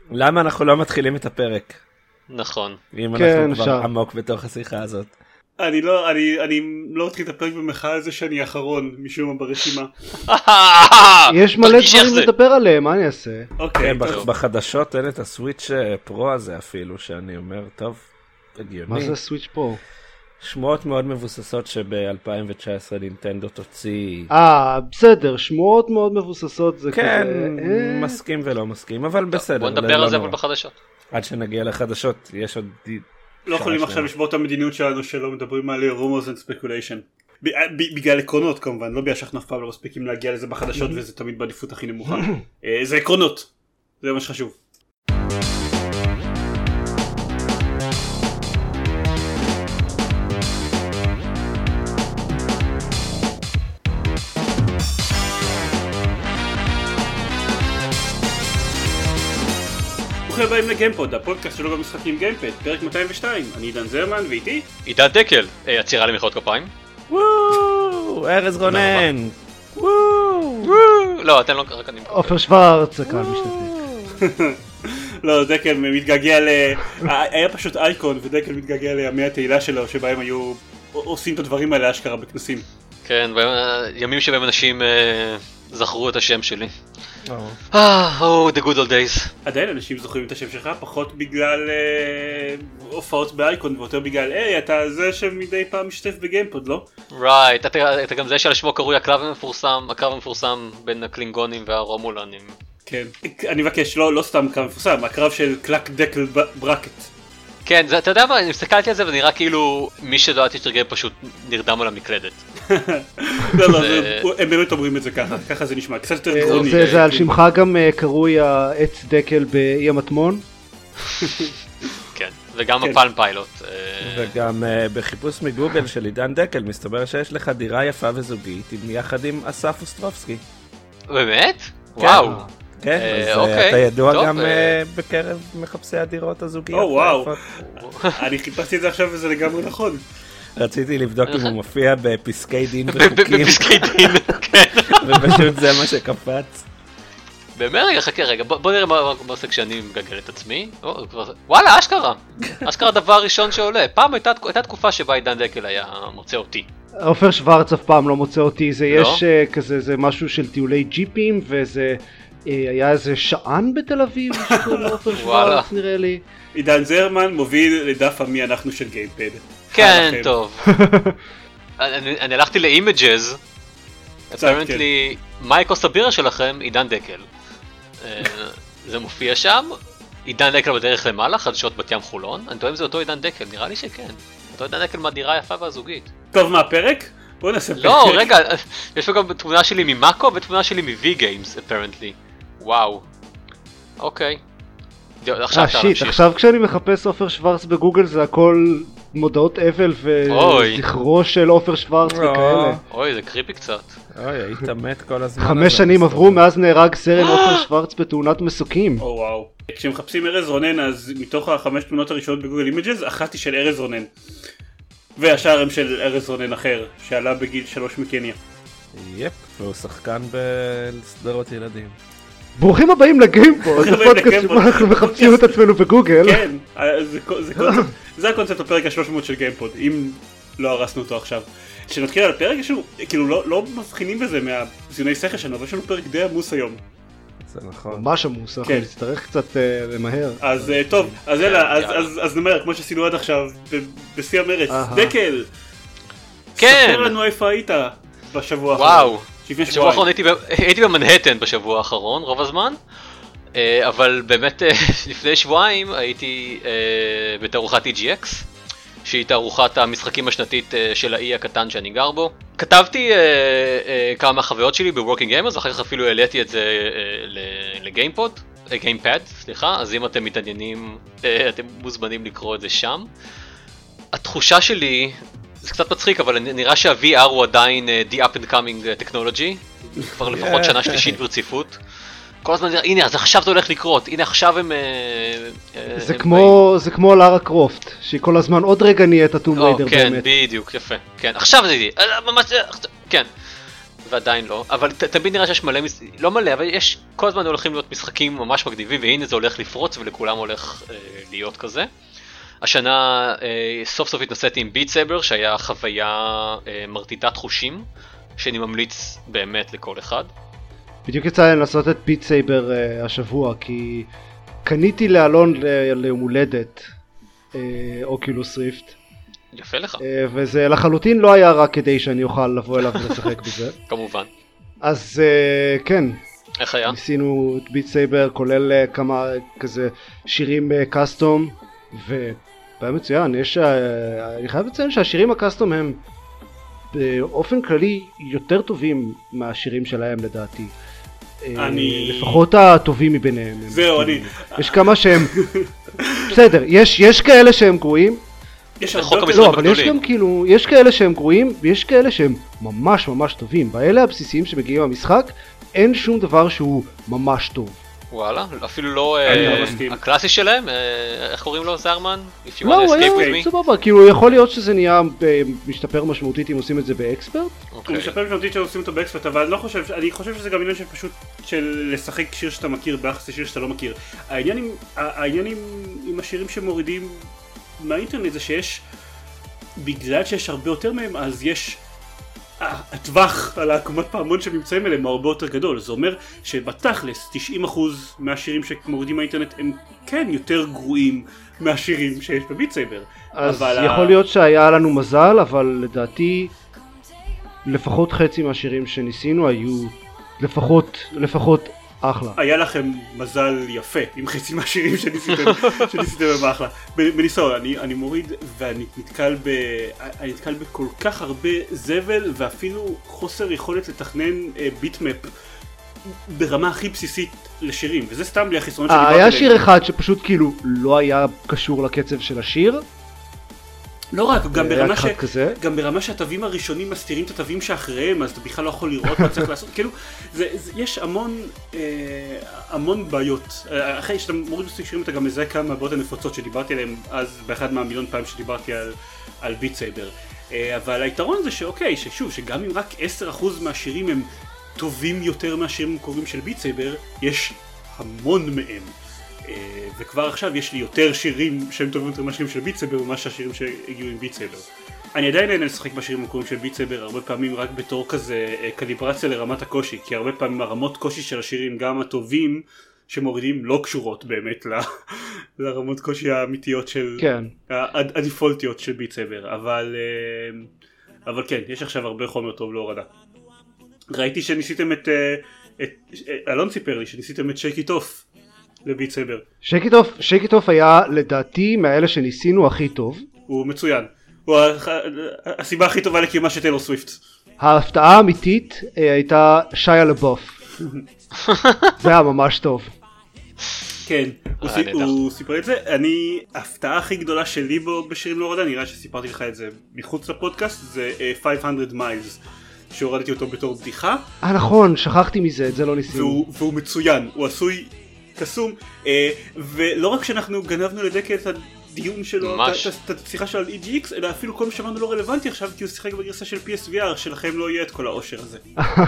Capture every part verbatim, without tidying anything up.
למה אנחנו לא מתחילים את הפרק? נכון. אם אנחנו כבר עמוק בתוך השיחה הזאת. אני לא, אני, אני לא מתחיל את הפרק במחאה על זה שאני האחרון משום מה ברשימה. יש מלא דברים לדבר עליהם, מה אני אעשה? אוקיי. בחדשות אין את הסוויץ' פרו הזה אפילו, שאני אומר, טוב, הגיוני. מה זה הסוויץ' פרו? שמועות מאוד מבוססות שב-אלפיים תשע עשרה נינטנדו תוציא... אה, בסדר, שמועות מאוד מבוססות זה כן, כזה... כן, מסכים ולא מסכים, אבל בסדר. בוא נדבר על זה אבל בחדשות. עד שנגיע לחדשות, יש עוד... לא יכולים עכשיו לשבור את המדיניות שלנו שלא מדברים על rumors and speculation. בגלל עקרונות כמובן, לא בגלל שאנחנו אף פעם לא מספיקים להגיע לזה בחדשות וזה תמיד בעדיפות הכי נמוכה. זה עקרונות, זה מה שחשוב. ברוכים הבאים לגיימפוד, הפודקאסט שלו במשחקים גיימפד, פרק מאתיים ושתיים. אני עידן זרמן, ואיתי? עידן דקל, עצירה למחיאות כפיים. וואו, ארז רונן. וואו. לא, אתם לא רק אני... עופר שוורץ, הקהל משתתף. לא, דקל מתגעגע ל... היה פשוט אייקון, ודקל מתגעגע לימי התהילה שלו, שבהם היו עושים את הדברים האלה אשכרה בכנסים. כן, ימים שבהם אנשים זכרו את השם שלי. אה, oh, the good old days. עדיין אנשים זוכרים את השם שלך, פחות בגלל הופעות באייקון, ויותר בגלל, היי, אתה זה שמדי פעם משתתף בגיימפוד, לא? Right, אתה גם זה שלשמו קרוי הקרב המפורסם, הקרב המפורסם בין הקלינגונים והרומולנים. כן, אני מבקש, לא סתם קרב מפורסם, הקרב של קלק דקל ברקט. כן, אתה יודע מה, אני מסתכלתי על זה ונראה כאילו מי שלא היה תתרגם פשוט נרדם על המקלדת. לא, לא, הם באמת אומרים את זה ככה, ככה זה נשמע, קצת יותר גרוני. זה על שמך גם קרוי העץ דקל באי המטמון? כן, וגם הפלם פיילוט. וגם בחיפוש מגוגל של עידן דקל, מסתבר שיש לך דירה יפה וזוגית, יחד עם אסף אוסטרובסקי. באמת? וואו. כן, אז אתה ידוע גם בקרב מחפשי הדירות הזוגיות. או וואו, אני חיפשתי את זה עכשיו וזה לגמרי נכון. רציתי לבדוק אם הוא מופיע בפסקי דין וחוקים. בפסקי דין, כן. ופשוט זה מה שקפץ. באמת רגע, חכה רגע, בוא נראה מה עושה כשאני מגגל את עצמי. וואלה, אשכרה. אשכרה דבר ראשון שעולה. פעם הייתה תקופה שבה עידן דקל היה מוצא אותי. עופר שוורץ אף פעם לא מוצא אותי, זה יש כזה, זה משהו של טיולי ג'יפים וזה... היה איזה שען בתל אביב, עופר שוורץ נראה לי. עידן זרמן מוביל לדף המי אנחנו של גיימפד. כן, טוב. אני הלכתי לאימג'ז, אפרנטלי, מייקוס הבירה שלכם, עידן דקל. זה מופיע שם, עידן דקל בדרך למעלה, חדשות בת ים חולון, אני טועה אם זה אותו עידן דקל, נראה לי שכן. אותו עידן דקל מהדירה היפה והזוגית. טוב, מה הפרק? בוא נעשה פרק. לא, רגע, יש פה גם תמונה שלי ממאקו ותמונה שלי מ-V Games, apparently. וואו. אוקיי. אה, שיט, עכשיו כשאני מחפש עופר שוורץ בגוגל זה הכל מודעות אבל וזכרו של עופר שוורץ וכאלה. אוי, זה קריפי קצת. אוי, היית מת כל הזמן. חמש שנים עברו מאז נהרג סרן עופר שוורץ בתאונת מסוקים. או וואו. כשמחפשים ארז רונן, אז מתוך החמש תמונות הראשונות בגוגל אימג'ז, אחת היא של ארז רונן. והשאר הם של ארז רונן אחר, שעלה בגיל שלוש מקניה. יפ, והוא שחקן בסדרות ילדים. ברוכים הבאים לגיימפוד, זה פודקאסט שבו אנחנו מחפשים את עצמנו בגוגל. כן, זה הקונספט הפרק ה-שלוש מאות של גיימפוד, אם לא הרסנו אותו עכשיו. כשנתחיל על הפרק, כאילו לא מבחינים בזה מהזיוני שכל שלנו, אבל יש לנו פרק די עמוס היום. זה נכון. ממש עמוס, אנחנו נצטרך קצת למהר. אז טוב, אז יאללה, אז נאמר, כמו שעשינו עד עכשיו, בשיא המרץ, דקל, ספר לנו איפה היית בשבוע האחרון. וואו. בשבוע האחרון הייתי במנהטן בשבוע האחרון, רוב הזמן, אבל באמת לפני שבועיים הייתי בתערוכת E G X, שהיא תערוכת המשחקים השנתית של האי הקטן שאני גר בו. כתבתי כמה מהחוויות שלי בוורקינג גיימרס, אחר כך אפילו העליתי את זה לגיימפוד, גיימפד, סליחה, אז אם אתם מתעניינים, אתם מוזמנים לקרוא את זה שם. התחושה שלי... זה קצת מצחיק, אבל נראה שה-V R הוא עדיין the up and coming technology, כבר לפחות שנה שלישית ברציפות. כל הזמן נראה, הנה, אז עכשיו זה הולך לקרות, הנה עכשיו הם... זה כמו לארה קרופט, שהיא כל הזמן עוד רגע נהיית הטום ריידר באמת. כן, בדיוק, יפה. כן, עכשיו זה יהיה, ממש, כן. ועדיין לא, אבל ת, תמיד נראה שיש מלא, לא מלא, אבל יש כל הזמן הולכים להיות משחקים ממש מגניבים, והנה זה הולך לפרוץ ולכולם הולך אה, להיות כזה. השנה אה, סוף סוף התנסיתי עם ביט סייבר, שהיה חוויה אה, מרטיטת חושים, שאני ממליץ באמת לכל אחד. בדיוק יצא לי לעשות את ביט סייבר אה, השבוע, כי קניתי לאלון ליום הולדת אה, אוקולוס ריפט. יפה לך. וזה לחלוטין לא היה רק כדי שאני אוכל לבוא אליו ולשחק בזה. כמובן. אז כן. איך היה? ניסינו את ביט סייבר, כולל כמה כזה שירים קאסטום, ובאמת מצוין, יש, אני חייב לציין שהשירים הקאסטום הם באופן כללי יותר טובים מהשירים שלהם לדעתי. אני... לפחות הטובים מביניהם. זהו, אני... יש כמה שהם... בסדר, יש, יש כאלה שהם גרועים, יש לא, אבל יש גם כאילו, יש כאלה שהם גרועים ויש כאלה שהם ממש ממש טובים. באלה הבסיסיים שמגיעים למשחק אין שום דבר שהוא ממש טוב. וואלה, אפילו לא הקלאסי שלהם, איך קוראים לו, זרמן? לא, הוא היה סבבה, כאילו יכול להיות שזה נהיה משתפר משמעותית אם עושים את זה באקספרט. הוא משתפר משמעותית שעושים אותו באקספרט, אבל אני לא חושב, אני חושב שזה גם עניין של פשוט של לשחק שיר שאתה מכיר ביחס לשיר שאתה לא מכיר. העניין עם השירים שמורידים מהאינטרנט זה שיש, בגלל שיש הרבה יותר מהם, אז יש הטווח על העקומת פעמון שנמצאים אליהם הרבה יותר גדול. זה אומר שבתכלס תשעים אחוז מהשירים שמורידים מהאינטרנט הם כן יותר גרועים מהשירים שיש בביט סייבר. אז יכול ה... להיות שהיה לנו מזל, אבל לדעתי לפחות חצי מהשירים שניסינו היו לפחות, לפחות אחלה. היה לכם מזל יפה עם חצי מהשירים שניסיתם, שניסיתם באחלה. בניסיון, אני, אני מוריד ואני נתקל ב, אני נתקל בכל כך הרבה זבל ואפילו חוסר יכולת לתכנן ביטמפ ברמה הכי בסיסית לשירים, וזה סתם לי החיסרון שדיברתי עליהם. היה שיר אחד שפשוט כאילו לא היה קשור לקצב של השיר. לא רק, גם ברמה, ש... גם ברמה שהתווים הראשונים מסתירים את התווים שאחריהם, אז אתה בכלל לא יכול לראות מה צריך לעשות. כאילו, זה, זה, יש המון, אה, המון בעיות. אחרי שאתה מוריד מספיק שירים, אתה גם מזהה כמה מהבעיות הנפוצות שדיברתי עליהם אז באחד מהמיליון פעם שדיברתי על, על ביט סייבר. אה, אבל היתרון זה שאוקיי, ששוב, שגם אם רק עשרה אחוז מהשירים הם טובים יותר מהשירים המקוריים של ביט סייבר, יש המון מהם. וכבר עכשיו יש לי יותר שירים שהם טובים יותר מהשירים של ביט סייבר ממה שהשירים שהגיעו עם ביט סייבר. אני עדיין נהנה לשחק בשירים המקוריים של ביט סייבר הרבה פעמים רק בתור כזה קליברציה לרמת הקושי, כי הרבה פעמים הרמות קושי של השירים גם הטובים שמורידים לא קשורות באמת ל... לרמות קושי האמיתיות של כן. הדיפולטיות של ביט סייבר, אבל אבל כן, יש עכשיו הרבה חומר טוב להורדה. ראיתי שניסיתם את, את... אלון סיפר לי שניסיתם את שייק איט אוף לביט סייבר. שייק איט אוף, שייק איט אוף היה לדעתי מהאלה שניסינו הכי טוב. הוא מצוין. הוא הסיבה הכי טובה לקיומה של טיילור סוויפט. ההפתעה האמיתית הייתה שיה לבוף. זה היה ממש טוב. כן, הוא סיפר את זה. אני, ההפתעה הכי גדולה שלי בו בשירים להורדה, נראה שסיפרתי לך את זה מחוץ לפודקאסט, זה חמש מאות מיילס. שהורדתי אותו בתור בדיחה. אה נכון, שכחתי מזה, את זה לא ניסינו. והוא, והוא מצוין, הוא עשוי קסום, אה, ולא רק שאנחנו גנבנו לדקל את הדיון שלו, את השיחה שלו על אי ג'י אקס, אלא אפילו כל מה שאמרנו לא רלוונטי עכשיו, כי הוא שיחק בגרסה של פי אס וי אר, שלכם לא יהיה את כל האושר הזה.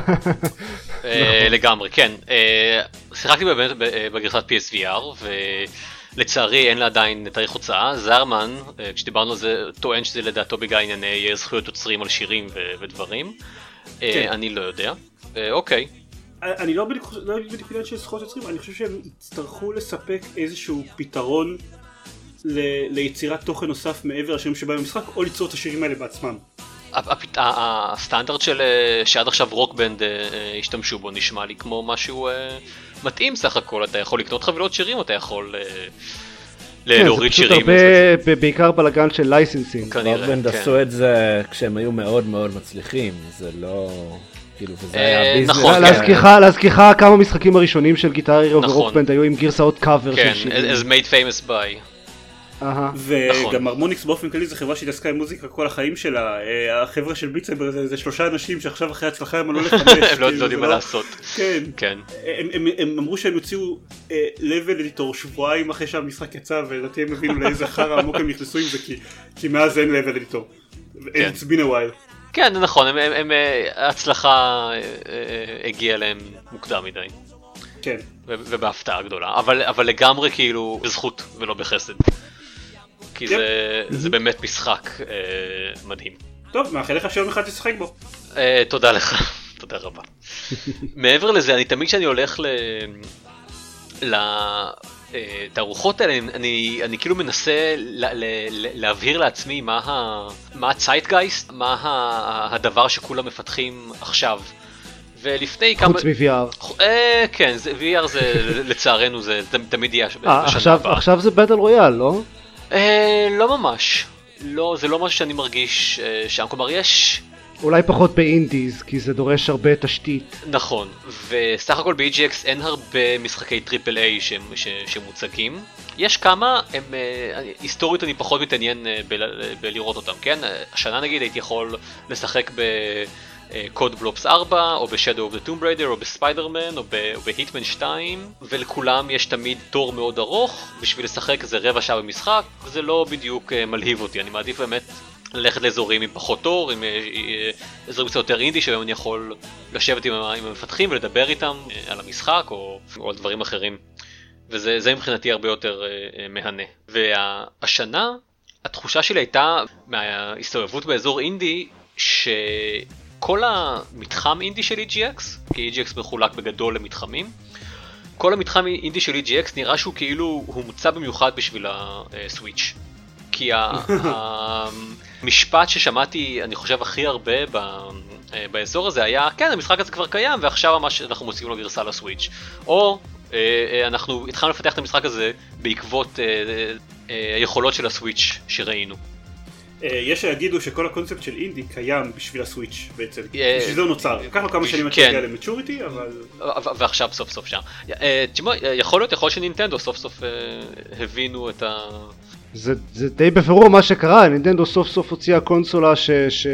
לגמרי, כן. שיחקתי באמת בגרסת פי אס וי אר, ולצערי אין לה עדיין תאריך הוצאה. זרמן, כשדיברנו על זה, טוען שזה לדעתו בגלל ענייני זכויות יוצרים על שירים ודברים. אני לא יודע. אוקיי. אני לא בדיוק עניין של זכויות יוצרים, אני חושב שהם יצטרכו לספק איזשהו פתרון ליצירת תוכן נוסף מעבר לשירים שבאים במשחק, או ליצור את השירים האלה בעצמם. הסטנדרט של שעד עכשיו רוקבנד השתמשו בו נשמע לי כמו משהו מתאים סך הכל. אתה יכול לקנות חבילות שירים, אתה יכול להוריד שירים. זה פשוט הרבה, בעיקר בלגן של לייסנסינג. רוקבנד עשו את זה כשהם היו מאוד מאוד מצליחים, זה לא... להזכירך כמה משחקים הראשונים של גיטר הירו ורוקבנד היו עם גרסאות קאבר של שירים. as made famous by. וגם הרמוניקס באופן כללי זה חברה שהתעסקה עם מוזיקה כל החיים שלה. החבר'ה של ביט סייבר זה שלושה אנשים שעכשיו אחרי הצלחה הם עלו לחמש. הם לא יודעים מה לעשות. כן. הם אמרו שהם יוציאו level editor שבועיים אחרי שהמשחק יצא, ולדעתי הם הבינו לאיזה חרא עמוק הם נכנסו עם זה, כי מאז אין level editor. It's been a while. כן, נכון, הם, הם, הם, ההצלחה הגיעה להם מוקדם מדי. כן. ו- ובהפתעה גדולה, אבל, אבל לגמרי כאילו בזכות ולא בחסד. כי כן. זה, זה באמת משחק אה, מדהים. טוב, מאחל לך שיום אחד תשחק בו. אה, תודה לך, תודה רבה. מעבר לזה, אני תמיד כשאני הולך ל... ל... תערוכות האלה, אני, אני כאילו מנסה לה, לה, להבהיר לעצמי מה, ה, מה הצייטגייסט, מה ה, הדבר שכולם מפתחים עכשיו. ולפני כמה... חוץ מ-וי אר. אה, כן, זה, וי אר זה לצערנו זה תמיד יהיה בשנה הבאה. עכשיו זה בטל רויאל, לא? אה, לא ממש. לא, זה לא משהו שאני מרגיש אה, שם. כלומר, יש... אולי פחות באינדיז, כי זה דורש הרבה תשתית. נכון, וסך הכל ב-אי ג'י אקס אין הרבה משחקי טריפל איי ש- ש- שמוצגים. יש כמה, הם, היסטורית אני פחות מתעניין ב- בלראות אותם, כן? השנה נגיד הייתי יכול לשחק בקוד בלופס ארבע, או ב-Shadow of the Tomb Raider, או בספיידרמן, או בהיטמן שתיים, ולכולם יש תמיד תור מאוד ארוך, בשביל לשחק איזה רבע שעה במשחק, זה לא בדיוק מלהיב אותי, אני מעדיף באמת ללכת לאזורים עם פחות תור, עם אזורים קצת יותר אינדי, שבהם אני יכול לשבת עם המפתחים ולדבר איתם על המשחק או, או על דברים אחרים. וזה זה מבחינתי הרבה יותר מהנה. והשנה, התחושה שלי הייתה מההסתובבות באזור אינדי, שכל המתחם אינדי של אי ג'י אקס, כי אי ג'י אקס מחולק בגדול למתחמים, כל המתחם אינדי של אי ג'י אקס נראה שהוא כאילו הוא מוצא במיוחד בשביל הסוויץ'. כי המשפט ששמעתי, אני חושב, הכי הרבה באזור הזה היה, כן, המשחק הזה כבר קיים, ועכשיו ממש אנחנו מוציאים לו גרסה לסוויץ'. או אנחנו התחלנו לפתח את המשחק הזה בעקבות היכולות של הסוויץ' שראינו. יש שיגידו שכל הקונספט של אינדי קיים בשביל הסוויץ' בעצם, בשביל זה הוא נוצר. לקח לו כמה שנים עד שהגיע למצ'וריטי, אבל... ועכשיו סוף סוף שם. תשמע, יכול להיות, יכול להיות שנינטנדו סוף סוף הבינו את ה... זה, זה די בפירור מה שקרה, נינטנדו סוף סוף הוציאה קונסולה ש,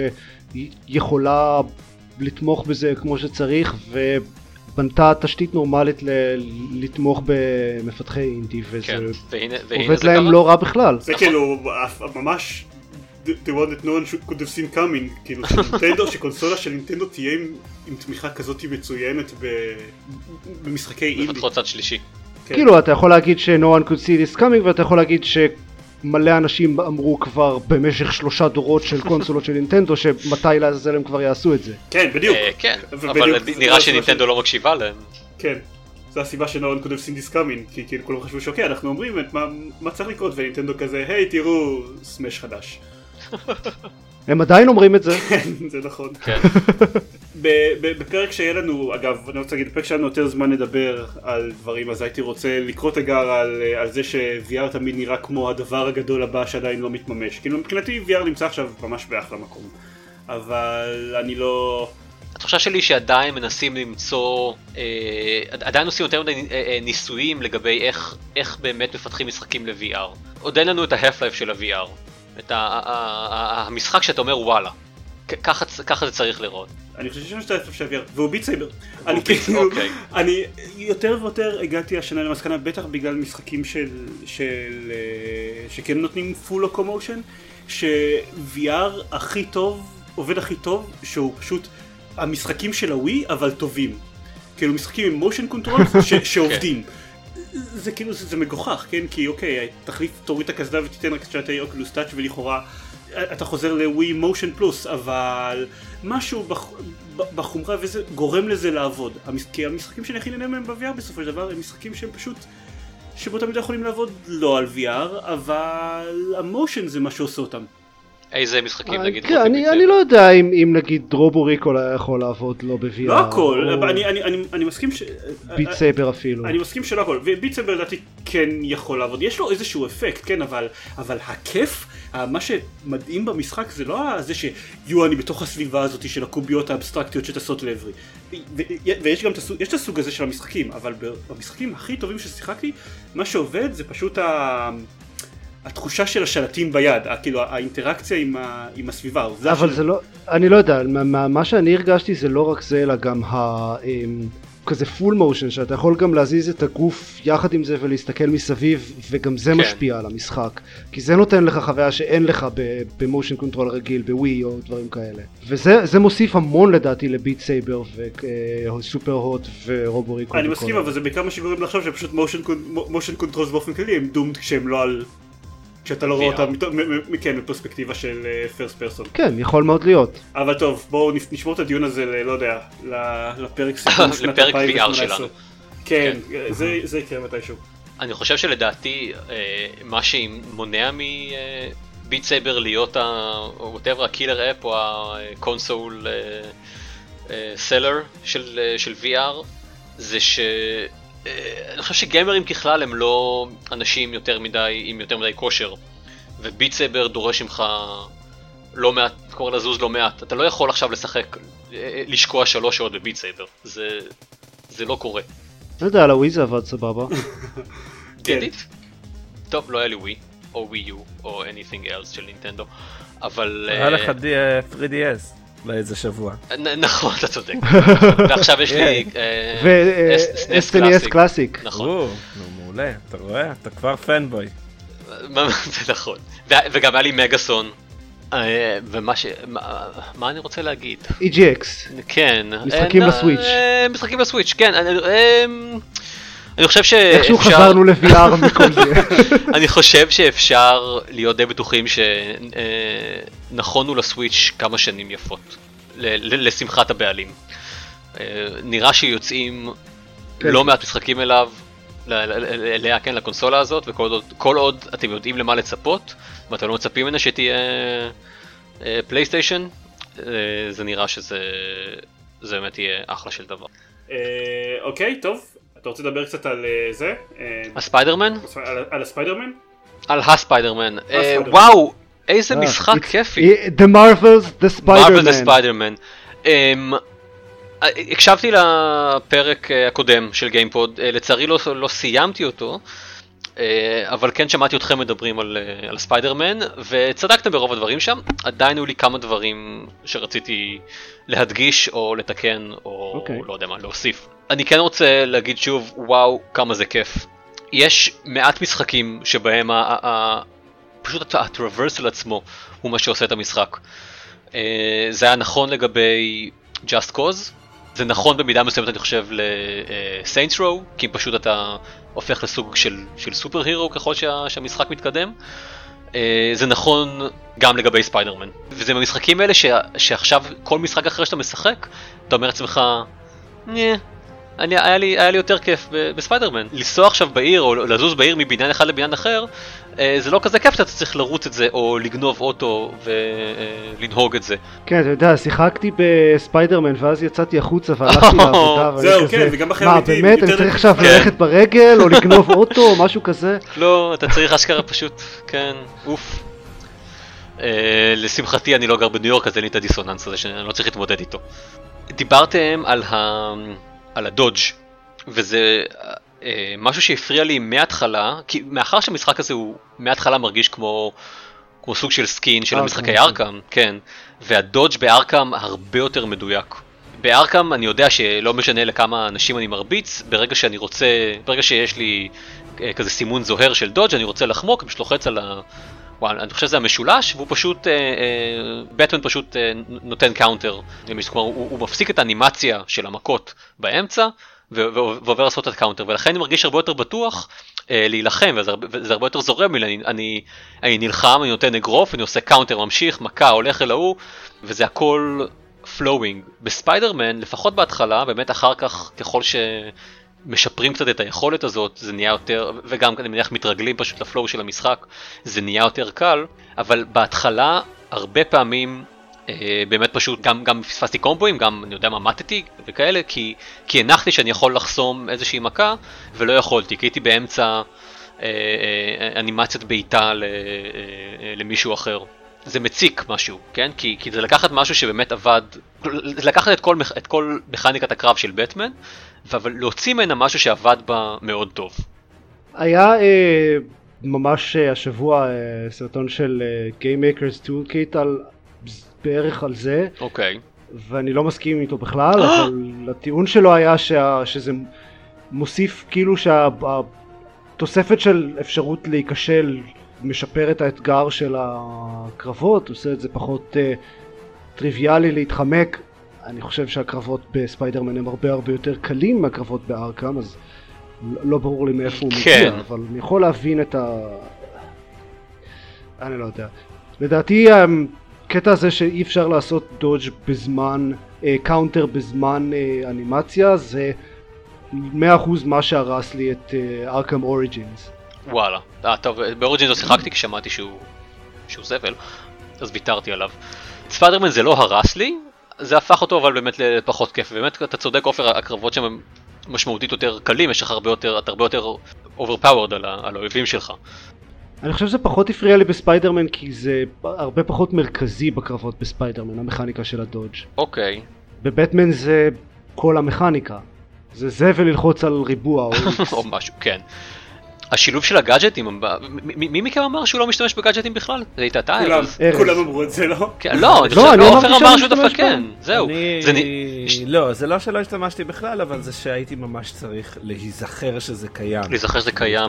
שיכולה לתמוך בזה כמו שצריך, ובנתה תשתית נורמלית ל, לתמוך במפתחי אינדי, וזה כן, והנה, והנה עובד להם קרה? לא רע בכלל. זה כאילו ממש the one that no one could have seen coming, כאילו שנינטנדו, שקונסולה של נינטנדו תהיה עם, עם תמיכה כזאת מצוינת ב, במשחקי אינדי. מפתחות צד שלישי. כן. כאילו אתה יכול להגיד ש- no one could see this coming, ואתה יכול להגיד ש... מלא אנשים אמרו כבר במשך שלושה דורות של קונסולות של נינטנדו שמתי לעזאזל הם כבר יעשו את זה. כן, בדיוק. כן, אבל נראה שנינטנדו לא מקשיבה להם. כן, זו הסיבה ש-No one could have seen this coming, כי כאילו כולם חשבו שאוקיי, אנחנו אומרים מה צריך לקרות, ונינטנדו כזה, היי תראו, סמש חדש. הם עדיין אומרים את זה. כן, זה נכון. בפרק שיהיה לנו, אגב, אני רוצה להגיד, בפרק שלנו יותר זמן לדבר על דברים, אז הייתי רוצה לקרוא תיגר על זה ש-וי אר תמיד נראה כמו הדבר הגדול הבא שעדיין לא מתממש. כאילו מבחינתי וי אר נמצא עכשיו ממש באחלה מקום, אבל אני לא... התחושה שלי שעדיין מנסים למצוא, עדיין עושים יותר מדי ניסויים לגבי איך באמת מפתחים משחקים ל-וי אר. עוד אין לנו את ה-Half-Life של ה-וי אר. את המשחק שאתה אומר וואלה, ככה זה צריך לראות. אני חושב שיש את ה-וי אר, והוא ביט סייבר. אני יותר ויותר הגעתי השנה למסקנה, בטח בגלל משחקים שכן נותנים פול לוקומושן, ש-וי אר הכי טוב, עובד הכי טוב, שהוא פשוט המשחקים של הווי, אבל טובים. כאילו משחקים עם מושן קונטרול שעובדים. זה כאילו, זה מגוחך, כן? כי אוקיי, תחליף, תוריד את הקסדה ותיתן רק שעתי אוקולוס טאץ' ולכאורה אתה חוזר לווי מושן פלוס, אבל משהו בחומרה וזה גורם לזה לעבוד. כי המשחקים שאני הכי נהנה מהם ב-וי אר בסופו של דבר הם משחקים שהם פשוט שבו תמיד יכולים לעבוד לא על וי אר, אבל המושן זה מה שעושה אותם. איזה משחקים נגיד? כן, אני לא יודע אם נגיד דרובו ריקול היה יכול לעבוד לא ב-וי אר. לא הכל, אני מסכים ש... ביט סייבר אפילו. אני מסכים שלא הכל, וביט סייבר לדעתי כן יכול לעבוד, יש לו איזשהו אפקט, כן, אבל הכיף, מה שמדהים במשחק זה לא זה שיו אני בתוך הסביבה הזאת של הקוביות האבסטרקטיות שטסות לעברי. ויש גם את הסוג הזה של המשחקים, אבל במשחקים הכי טובים ששיחקתי, מה שעובד זה פשוט ה... התחושה של השלטים ביד, כאילו האינטראקציה עם, ה, עם הסביבה. אבל של... זה לא, אני לא יודע, מה, מה שאני הרגשתי זה לא רק זה, אלא גם כזה פול מושן, שאתה יכול גם להזיז את הגוף יחד עם זה ולהסתכל מסביב, וגם זה כן. משפיע על המשחק, כי זה נותן לך חוויה שאין לך במושן קונטרול רגיל, בווי או דברים כאלה, וזה זה מוסיף המון לדעתי לביט סייבר וסופר הוט ורובו ריקו. אני מסכים, אבל זה בעיקר מה שגורם לחשוב שפשוט מושן קונטרולס באופן כללי הם דומד כשהם לא על... כשאתה לא רואה אותה מכן בפרספקטיבה של פרסט פרסון. כן, יכול מאוד להיות. אבל טוב, בואו נשמור את הדיון הזה, לא יודע, לפרק סיכום שנת אלפיים ו-שמונה עשרה. שלנו. כן, זה יקרה מתישהו. אני חושב שלדעתי, מה שמונע מביט סייבר להיות הקילר אפ או הקונסול סלר של וי אר, זה ש... אני חושב שגיימרים ככלל הם לא אנשים יותר מדי עם יותר מדי כושר, וביט סייבר דורש ממך לא מעט, קורא לזוז לא מעט. אתה לא יכול עכשיו לשחק, לשקוע שלוש שעות בביט סייבר, זה זה לא קורה. לא יודע, על הווי זה עבד סבבה. דדית? טוב, לא היה לי ווי, או ווי יו, או anything else של נינטנדו, אבל... היה לך תרי די אס לאיזה שבוע. נכון, אתה צודק. ועכשיו יש לי ו-אס אן אס קלאסיק. נכון. מעולה, אתה רואה? אתה כבר פנבוי. זה נכון. וגם היה לי מגאסון. ומה ש... מה אני רוצה להגיד? אי ג'י אקס. כן. משחקים לסוויץ'. משחקים לסוויץ', כן. אני חושב שאפשר... איכשהו חזרנו ל-וי אר מכל זה. אני חושב שאפשר להיות די בטוחים שנכונו לסוויץ' כמה שנים יפות, לשמחת הבעלים. נראה שיוצאים לא מעט משחקים אליו, אליה, כן, לקונסולה הזאת, וכל עוד אתם יודעים למה לצפות, ואתם לא מצפים ממנה שתהיה פלייסטיישן, זה נראה שזה באמת יהיה אחלה של דבר. אוקיי, טוב. אתה רוצה לדבר קצת על זה? הספיידרמן? על הספיידרמן? על הספיידרמן. וואו, איזה משחק כיפי. The Marvels, The Spider-Man. Marvels, The Spider-Man. הקשבתי לפרק הקודם של גיימפוד, לצערי לא סיימתי אותו, אבל כן שמעתי אתכם מדברים על הספיידרמן, וצדקתם ברוב הדברים שם. עדיין היו לי כמה דברים שרציתי להדגיש או לתקן, או לא יודע מה, להוסיף. אני כן רוצה להגיד שוב, וואו, כמה זה כיף. יש מעט משחקים שבהם פשוט הטרוורסל עצמו הוא מה שעושה את המשחק. זה היה נכון לגבי Just Cause, זה נכון במידה מסוימת אני חושב ל-Saints Row, כי פשוט אתה הופך לסוג של, של סופר הירו ככל שה, שהמשחק מתקדם. זה נכון גם לגבי ספיידרמן. וזה במשחקים האלה ש, שעכשיו כל משחק אחר שאתה משחק, אתה אומר לעצמך, נה, אני, היה, לי, היה לי יותר כיף בספיידרמן. לנסוע עכשיו בעיר או לזוז בעיר מבניין אחד לבניין אחר, זה לא כזה כיף שאתה צריך לרוץ את זה או לגנוב אוטו ולנהוג את זה. כן, אתה יודע, שיחקתי בספיידרמן ואז יצאתי החוצה והלכתי לעבודה. זהו, כן, וגם אחרי מה, באמת? אני צריך עכשיו ללכת ברגל או לגנוב אוטו או משהו כזה? לא, אתה צריך אשכרה פשוט, כן, אוף. לשמחתי אני לא גר בניו יורק, אז אין לי את הדיסוננס הזה שאני לא צריך להתמודד איתו. דיברתם על ה... על הדודג' וזה אה, משהו שהפריע לי מההתחלה, כי מאחר שהמשחק הזה הוא מההתחלה מרגיש כמו, כמו סוג של סקין של משחקי ארקאם, כן, והדודג' בארקאם הרבה יותר מדויק. בארקאם אני יודע שלא משנה לכמה אנשים אני מרביץ, ברגע שאני רוצה, ברגע שיש לי אה, כזה סימון זוהר של דודג' אני רוצה לחמוק, אני פשוט לוחץ על ה... וואל, אני חושב שזה המשולש, והוא פשוט, בטמן פשוט אה, נותן קאונטר, כלומר הוא, הוא מפסיק את האנימציה של המכות באמצע, ועובר לעשות את הקאונטר, ולכן אני מרגיש הרבה יותר בטוח אה, להילחם, וזה, וזה הרבה יותר זורם לי, אני, אני, אני נלחם, אני נותן אגרוף, אני עושה קאונטר, ממשיך, מכה, הולך אל ההוא, וזה הכל פלואוינג. בספיידרמן, לפחות בהתחלה, באמת אחר כך, ככל ש... משפרים קצת את היכולת הזאת, זה נהיה יותר, וגם אני מניח מתרגלים פשוט לפלואו של המשחק, זה נהיה יותר קל, אבל בהתחלה הרבה פעמים אה, באמת פשוט גם, גם פספסתי קומבואים, גם אני יודע מה מתתי וכאלה, כי, כי הנחתי שאני יכול לחסום איזושהי מכה, ולא יכולתי, כי הייתי באמצע אה, אה, אנימציות בעיטה ל, אה, למישהו אחר. זה מציק משהו, כן? כי, כי זה לקחת משהו שבאמת עבד, זה לקחת את כל, את כל מכניקת הקרב של בטמן, אבל להוציא ממנה משהו שעבד בה מאוד טוב. היה אה, ממש אה, השבוע אה, סרטון של אה, Game Maker's Toolkit על, בערך על זה. אוקיי. ואני לא מסכים איתו בכלל, אבל הטיעון שלו היה שה, שזה מוסיף כאילו שהתוספת של אפשרות להיכשל משפר את האתגר של הקרבות, עושה את זה פחות uh, טריוויאלי להתחמק. אני חושב שהקרבות בספיידרמן הם הרבה הרבה יותר קלים מהקרבות בארקם, אז לא ברור לי מאיפה הוא מגיע, אבל אני יכול להבין את ה... אני לא יודע. לדעתי הקטע הזה שאי אפשר לעשות דודג' בזמן, קאונטר בזמן אנימציה, זה מאה אחוז מה שהרס לי את ארקם אוריג'ינס. וואלה. אה, טוב, באוריג'ינס לא שיחקתי כי שמעתי שהוא, שהוא זבל, אז ויתרתי עליו. ספיידרמן זה לא הרס לי, זה הפך אותו אבל באמת לפחות כיף. באמת אתה צודק עופר, הקרבות שם הם משמעותית יותר קלים, יש לך הרבה יותר, אתה הרבה יותר overpowered על, על האויבים שלך. אני חושב שזה פחות הפריע לי בספיידרמן כי זה הרבה פחות מרכזי בקרבות בספיידרמן, המכניקה של הדודג'. אוקיי. בבטמן זה כל המכניקה. זה זה וללחוץ על ריבוע או או משהו, כן. השילוב של הגאדג'טים, מי מכם אמר שהוא לא משתמש בגאדג'טים בכלל? זה הייתה אתה? כולם אמרו את זה, לא? לא, עופר אמר שהוא דווקא כן, זהו. לא, זה לא שלא השתמשתי בכלל, אבל זה שהייתי ממש צריך להיזכר שזה קיים. להיזכר שזה קיים.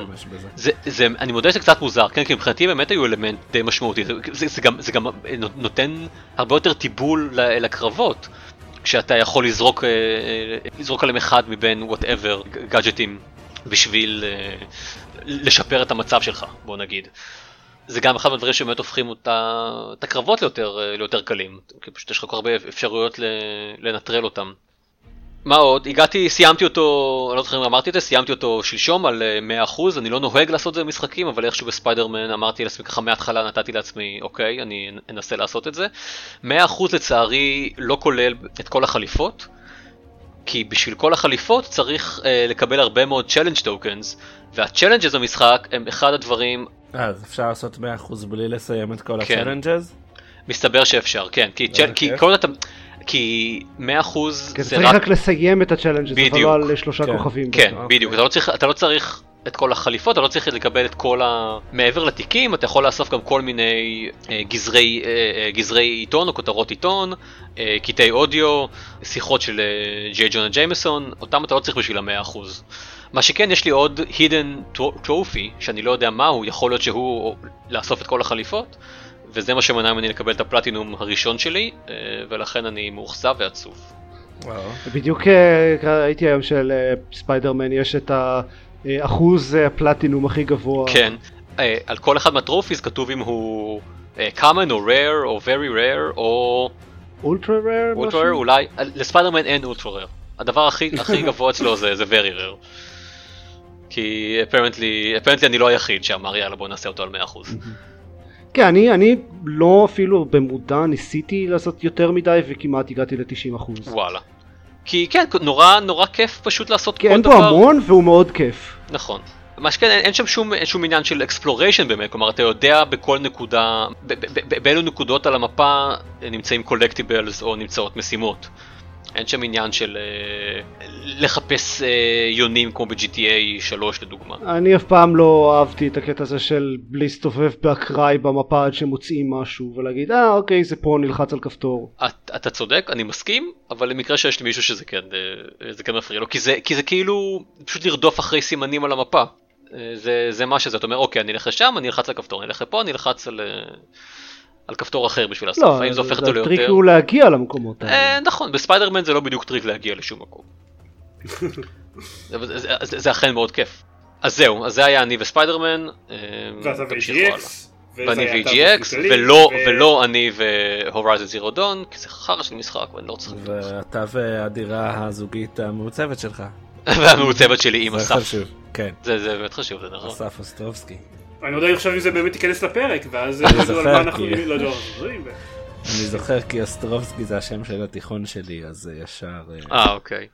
אני מודה שזה קצת מוזר, כן, כי מבחינתי באמת היו אלמנט די משמעותי. זה גם נותן הרבה יותר טיבול לקרבות, כשאתה יכול לזרוק עליהם אחד מבין whatever גאדג'טים בשביל לשפר את המצב שלך, בוא נגיד. זה גם אחד מהדברים שבאמת הופכים את הקרבות ליותר, ליותר קלים, כי פשוט יש לך כל הרבה אפשרויות לנטרל אותם. מה עוד? הגעתי, סיימתי אותו, אני לא זוכר אם אמרתי את זה, סיימתי אותו שלשום על מאה אחוז, אני לא נוהג לעשות את זה במשחקים, אבל איכשהו בספיידרמן אמרתי לעצמי ככה מההתחלה, נתתי לעצמי, אוקיי, אני אנסה לעשות את זה. מאה אחוז לצערי לא כולל את כל החליפות, כי בשביל כל החליפות צריך uh, לקבל הרבה מאוד challenge tokens, וה-challenges במשחק הם אחד הדברים... אה, אז אפשר לעשות מאה אחוז בלי לסיים את כל כן. ה-challenges? מסתבר שאפשר, כן, כי, צ'ל... כי כל אתה... כי מאה אחוז כן, זה צריך רק... רק לסיים את ה-challenges, אבל לא על שלושה כן. כוכבים. כן, אוקיי. בדיוק, אתה לא, צריך, אתה לא צריך את כל החליפות, אתה לא צריך לקבל את כל ה... מעבר לתיקים, אתה יכול לאסוף גם כל מיני uh, גזרי, uh, גזרי עיתון או כותרות עיתון, uh, קטעי אודיו, שיחות של uh, ג'יי ג'ונה ג'יימסון, אותם אתה לא צריך בשביל ה-מאה אחוז. מה שכן, יש לי עוד hidden trophy, שאני לא יודע מהו, יכול להיות שהוא לאסוף את כל החליפות, וזה מה שמנע ממני לקבל את הפלטינום הראשון שלי, uh, ולכן אני מאוכזב ועצוב. וואו. בדיוק הייתי היום של ספיידרמן, יש את ה... אחוז הפלטינום הכי גבוה. כן, על כל אחד מהטרופיס כתוב אם הוא common או rare או very rare או... ultra rare? ultra rare אולי, לספיידרמן אין ultra rare. הדבר הכי גבוה אצלו זה very rare. כי apparently, apparently אני לא היחיד שאמר יאללה בוא נעשה אותו על מאה אחוז. כן, אני, אני לא אפילו במודע ניסיתי לעשות יותר מדי וכמעט הגעתי ל-תשעים אחוז. וואלה. כי כן, נורא נורא כיף פשוט לעשות כל דבר. כי אין פה המון והוא מאוד כיף. נכון. מה שכן, אין, אין שם שום, אין שום עניין של exploration באמת, כלומר אתה יודע בכל נקודה, באילו נקודות על המפה נמצאים collectibles או נמצאות משימות. אין שם עניין של uh, לחפש uh, יונים כמו ב-ג'י טי איי שלוש לדוגמה. אני אף פעם לא אהבתי את הקטע הזה של להסתובב באקראי במפה עד שמוצאים משהו ולהגיד אה אוקיי זה פה נלחץ על כפתור. את, אתה צודק, אני מסכים, אבל למקרה שיש לי מישהו שזה כן, זה כן מפריע לו, כי זה, כי זה כאילו פשוט לרדוף אחרי סימנים על המפה. זה, זה מה שזה, אתה אומר אוקיי אני אלך לשם, אני אלחץ על כפתור, אני אלך לפה, אני אלחץ על... על כפתור אחר בשביל לעשות, לא, זה הופך אותו ליותר... הטריק הוא להגיע למקומות האלה. אה, נכון, בספיידרמן זה לא בדיוק טריק להגיע לשום מקום. זה, זה, זה, זה אכן מאוד כיף. אז זהו, אז זה היה אני וספיידרמן. ואתה ו-ג'י אקס. ואני ו-ג'י אקס, ולא, ולא אני ו-Horizon Zero Dawn, כי זה חרא של משחק ואני לא צריך... ואתה והדירה הזוגית המעוצבת שלך. והמעוצבת שלי עם אסף. זה חשוב, כן. זה, זה באמת חשוב, זה נכון. אסף אוסטרובסקי. אני לא יודע עכשיו אם זה באמת ייכנס לפרק, ואז נדעו על מה אנחנו לא יודעים. אני זוכר כי אוסטרובסקי זה השם של התיכון שלי, אז ישר... אה, אוקיי.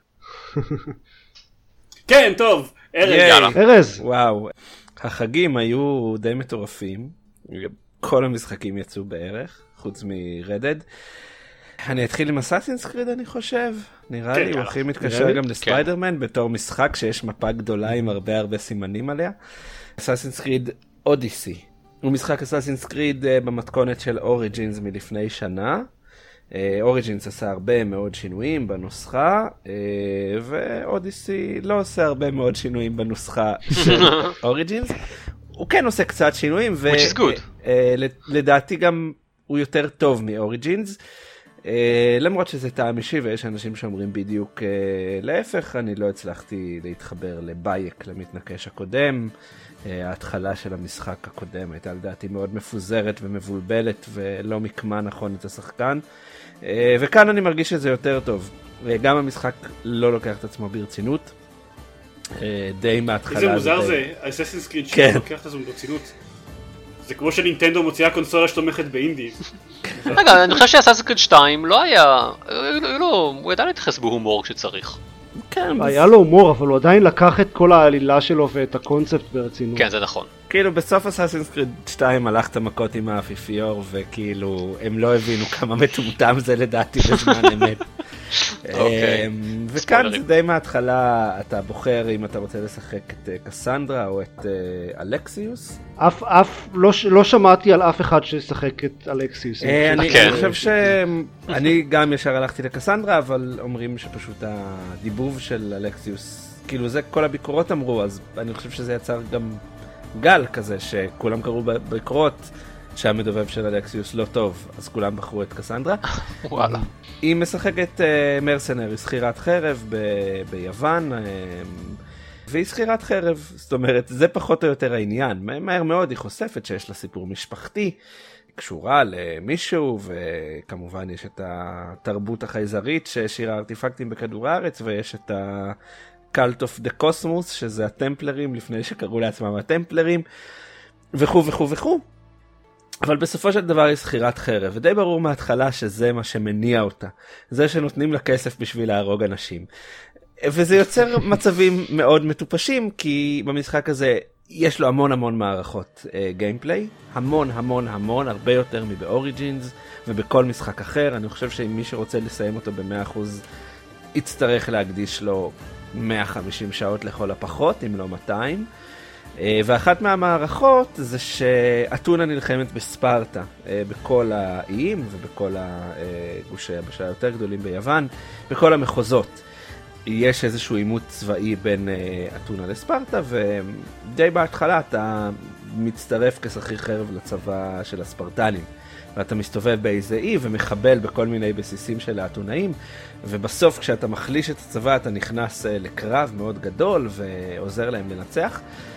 כן, טוב, ארז. יאללה. ארז. וואו, החגים היו די מטורפים, כל המשחקים יצאו בערך, חוץ מרדד. אני אתחיל עם אסאסינס קריד אני חושב, נראה לי, הוא הכי מתקשר גם לספיידרמן, בתור משחק שיש מפה גדולה עם הרבה הרבה סימנים עליה. אסאסינס קריד אודיסי, הוא משחק אסאסינס קריד במתכונת של אוריג'ינס מלפני שנה, אוריג'ינס עשה הרבה מאוד שינויים בנוסחה, ואודיסי לא עושה הרבה מאוד שינויים בנוסחה של אוריג'ינס. הוא כן עושה קצת שינויים, ולדעתי גם הוא יותר טוב מאוריג'ינס, למרות שזה טעם אישי ויש אנשים שאומרים בדיוק להפך. אני לא הצלחתי להתחבר לבייק, למתנקש הקודם. ההתחלה של המשחק הקודם הייתה לדעתי מאוד מפוזרת ומבולבלת ולא מקמה נכון את השחקן, וכאן אני מרגיש שזה יותר טוב. גם המשחק לא לוקח את עצמו ברצינות, די מההתחלה. איזה מוזר זה, אסאסינס קריד שתיים לוקח את עצמו ברצינות. זה כמו שנינטנדו מוציאה קונסולה שתומכת באינדי. רגע, אני חושב שאסאסינס קריד שתיים לא היה, הוא ידע להתייחס בהומור כשצריך. היה לו הומור, אבל הוא עדיין לקח את כל העלילה שלו ואת הקונספט ברצינות. כן, זה נכון. כאילו בסוף אסאסינס קריד שתיים הלכת מכות עם האפיפיור, וכאילו הם לא הבינו כמה מטומטם זה לדעתי בזמן אמת. וכאן זה די מההתחלה, אתה בוחר אם אתה רוצה לשחק את קסנדרה או את אלקסיוס. אף, אף, לא שמעתי על אף אחד ששחק את אלקסיוס. אני חושב שאני גם ישר הלכתי לקסנדרה, אבל אומרים שפשוט הדיבוב של אלקסיוס, כאילו זה כל הביקורות אמרו, אז אני חושב שזה יצר גם גל כזה, שכולם קראו ביקורות שהמדובב של אלקסיוס לא טוב, אז כולם בחרו את קסנדרה. וואלה. היא משחקת מרסנרי, שכירת חרב ביוון, והיא שכירת חרב, זאת אומרת, זה פחות או יותר העניין. מהר מאוד היא חושפת שיש לה סיפור משפחתי, קשורה למישהו, וכמובן יש את התרבות החייזרית שהשאירה ארטיפקטים בכדור הארץ, ויש את ה... קלט אוף דה קוסמוס, שזה הטמפלרים, לפני שקראו לעצמם הטמפלרים, וכו וכו וכו. אבל בסופו של דבר היא שכירת חרב, ודי ברור מההתחלה שזה מה שמניע אותה. זה שנותנים לה כסף בשביל להרוג אנשים. וזה יוצר מצבים מאוד מטופשים, כי במשחק הזה יש לו המון המון מערכות גיימפליי, המון המון המון, הרבה יותר מבאוריג'ינס, ובכל משחק אחר. אני חושב שאם מי שרוצה לסיים אותו ב-מאה אחוז, יצטרך להקדיש לו מאה וחמישים שעות לכל הפחות, אם לא מאתיים. ואחת מהמערכות זה שאתונה נלחמת בספרטה, בכל האיים ובכל הגושי היבשה היותר גדולים ביוון, בכל המחוזות. יש איזשהו עימות צבאי בין אתונה לספרטה, ודי בהתחלה אתה מצטרף כשכיר חרב לצבא של הספרטנים. ואתה מסתובב באיזה אי ומחבל בכל מיני בסיסים של האתונאים, ובסוף כשאתה מחליש את הצבא אתה נכנס לקרב מאוד גדול ועוזר להם לנצח.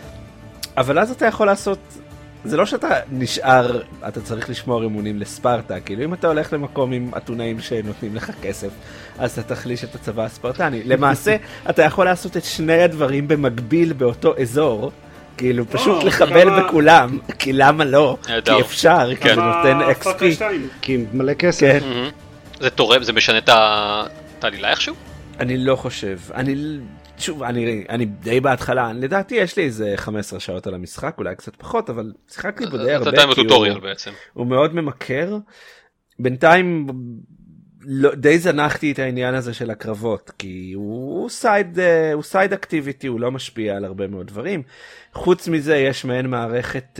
אבל אז אתה יכול לעשות, זה לא שאתה נשאר, אתה צריך לשמור אמונים לספרטה, כאילו אם אתה הולך למקום עם אתונאים שנותנים לך כסף, אז אתה תחליש את הצבא הספרטני. למעשה אתה יכול לעשות את שני הדברים במקביל באותו אזור, כאילו פשוט לחבל בכולם, כי למה לא? כי אפשר, כי זה נותן אקס פי. כי מלא כסף. זה תורם, זה משנה את העלילה איכשהו? אני לא חושב. אני, שוב, אני די בהתחלה, לדעתי יש לי איזה חמש עשרה שעות על המשחק, אולי קצת פחות, אבל שיחקתי בו די הרבה. אתה די בטוטוריאל בעצם. הוא מאוד ממכר. בינתיים די זנחתי את העניין הזה של הקרבות, כי הוא סייד, הוא סייד אקטיביטי, הוא לא משפיע על הרבה מאוד דברים. חוץ מזה יש מעין מערכת,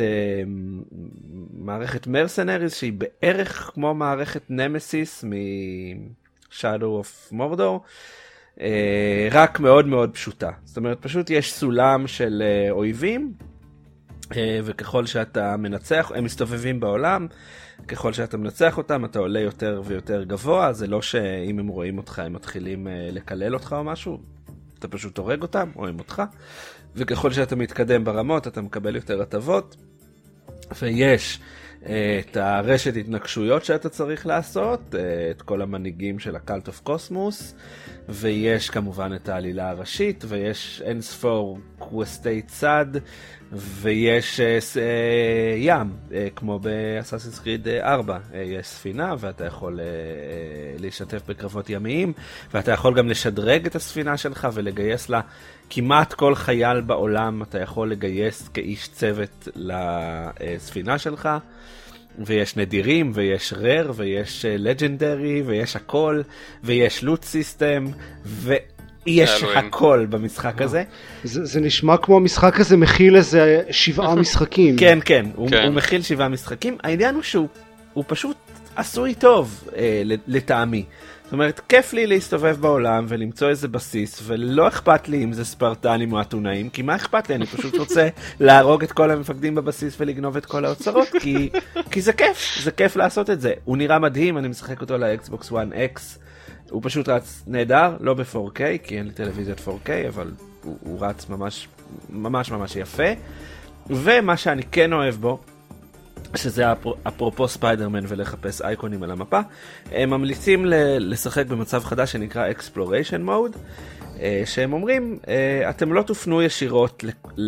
מערכת מרסנריז שהיא בערך כמו מערכת נמסיס מ-Shadow of Mordor, רק מאוד מאוד פשוטה. זאת אומרת, פשוט יש סולם של אויבים, וככל שאתה מנצח, הם מסתובבים בעולם, ככל שאתה מנצח אותם, אתה עולה יותר ויותר גבוה, זה לא שאם הם רואים אותך, הם מתחילים לקלל אותך או משהו, אתה פשוט הורג אותם, או הם אותך, וככל שאתה מתקדם ברמות, אתה מקבל יותר הטבות, ויש את הרשת התנגשויות שאתה צריך לעשות, את כל המנהיגים של הקלט אוף קוסמוס, ויש כמובן את העלילה הראשית, ויש אין ספור קווסטי צד, ויש ים, כמו באסאסינס קריד ארבע, יש ספינה, ואתה יכול להשתתף בקרבות ימיים, ואתה יכול גם לשדרג את הספינה שלך ולגייס לה כמעט כל חייל בעולם, אתה יכול לגייס כאיש צוות לספינה שלך, ויש נדירים, ויש רר, ויש לג'נדרי, ויש הכל, ויש לוט סיסטם, ויש הכל במשחק הזה. זה, זה נשמע כמו המשחק הזה מכיל איזה שבעה משחקים. כן, כן, הוא, הוא מכיל שבעה משחקים. העניין הוא שהוא הוא פשוט עשוי טוב אה, לטעמי. זאת אומרת, כיף לי להסתובב בעולם ולמצוא איזה בסיס, ולא אכפת לי אם זה ספרטנים או אתונאים, כי מה אכפת לי? אני פשוט רוצה להרוג את כל המפקדים בבסיס ולגנוב את כל האוצרות, כי, כי זה כיף, זה כיף לעשות את זה. הוא נראה מדהים, אני משחק אותו לאקסבוקס וואן אקס, הוא פשוט רץ נהדר, לא ב-פור קיי, כי אין לי טלוויזיית פור קיי, אבל הוא, הוא רץ ממש ממש ממש יפה. ומה שאני כן אוהב בו, שזה אפרופו ספיידרמן ולחפש אייקונים על המפה, הם ממליצים לשחק במצב חדש שנקרא Exploration Mode, שהם אומרים, אתם לא תופנו ישירות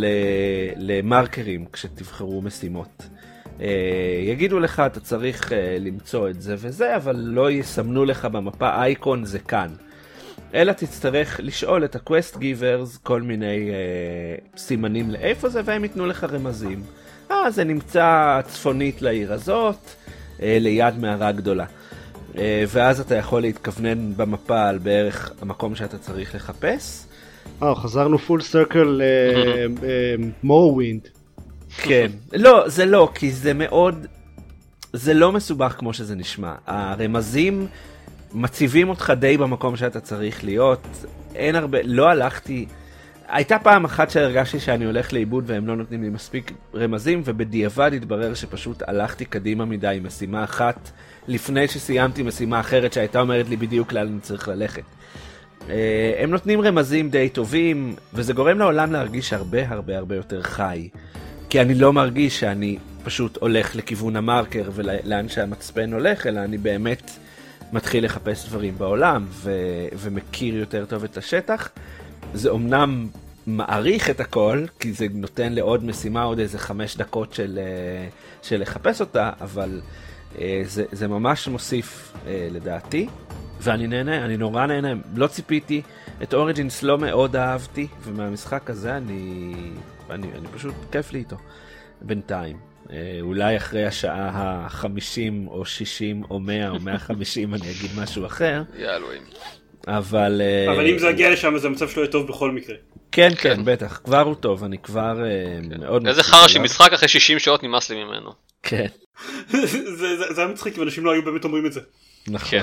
למרקרים כשתבחרו משימות. יגידו לך, אתה צריך למצוא את זה וזה, אבל לא יסמנו לך במפה אייקון, זה כאן. אלא תצטרך לשאול את ה-Quest Givers כל מיני סימנים לאיפה זה, והם ייתנו לך רמזים. אה, זה נמצא צפונית לעיר הזאת, אה, ליד מערה גדולה. אה, ואז אתה יכול להתכוונן במפה על בערך המקום שאתה צריך לחפש. אה, חזרנו פול סרקל מורווינד. כן. לא, זה לא, כי זה מאוד, זה לא מסובך כמו שזה נשמע. הרמזים מציבים אותך די במקום שאתה צריך להיות. אין הרבה, לא הלכתי... הייתה פעם אחת שהרגשתי שאני הולך לאיבוד והם לא נותנים לי מספיק רמזים, ובדיעבד התברר שפשוט הלכתי קדימה מדי עם משימה אחת, לפני שסיימתי משימה אחרת שהייתה אומרת לי בדיוק לאן אני צריך ללכת. הם נותנים רמזים די טובים, וזה גורם לעולם להרגיש הרבה הרבה הרבה יותר חי. כי אני לא מרגיש שאני פשוט הולך לכיוון המרקר ולאן שהמצפן הולך, אלא אני באמת מתחיל לחפש דברים בעולם ו- ומכיר יותר טוב את השטח. זה אומנם מעריך את הכל, כי זה נותן לעוד משימה עוד איזה חמש דקות של, של לחפש אותה, אבל זה, זה ממש מוסיף לדעתי, ואני נהנה, אני נורא נהנה, לא ציפיתי, את אוריג'ינס לא מאוד אהבתי, ומהמשחק הזה אני, אני, אני פשוט כיף לי איתו, בינתיים. אולי אחרי השעה ה-חמישים או שישים או מאה או מאה וחמישים אני אגיד משהו אחר. יא אלוהים. אבל... אבל אם זה יגיע לשם, אז המצב שלו יהיה טוב בכל מקרה. כן, כן, בטח. כבר הוא טוב, אני כבר מאוד... איזה חרא שמשחק אחרי שישים שעות נמאס לי ממנו. כן. זה היה מצחיק, ואנשים לא היו באמת אומרים את זה. נכון.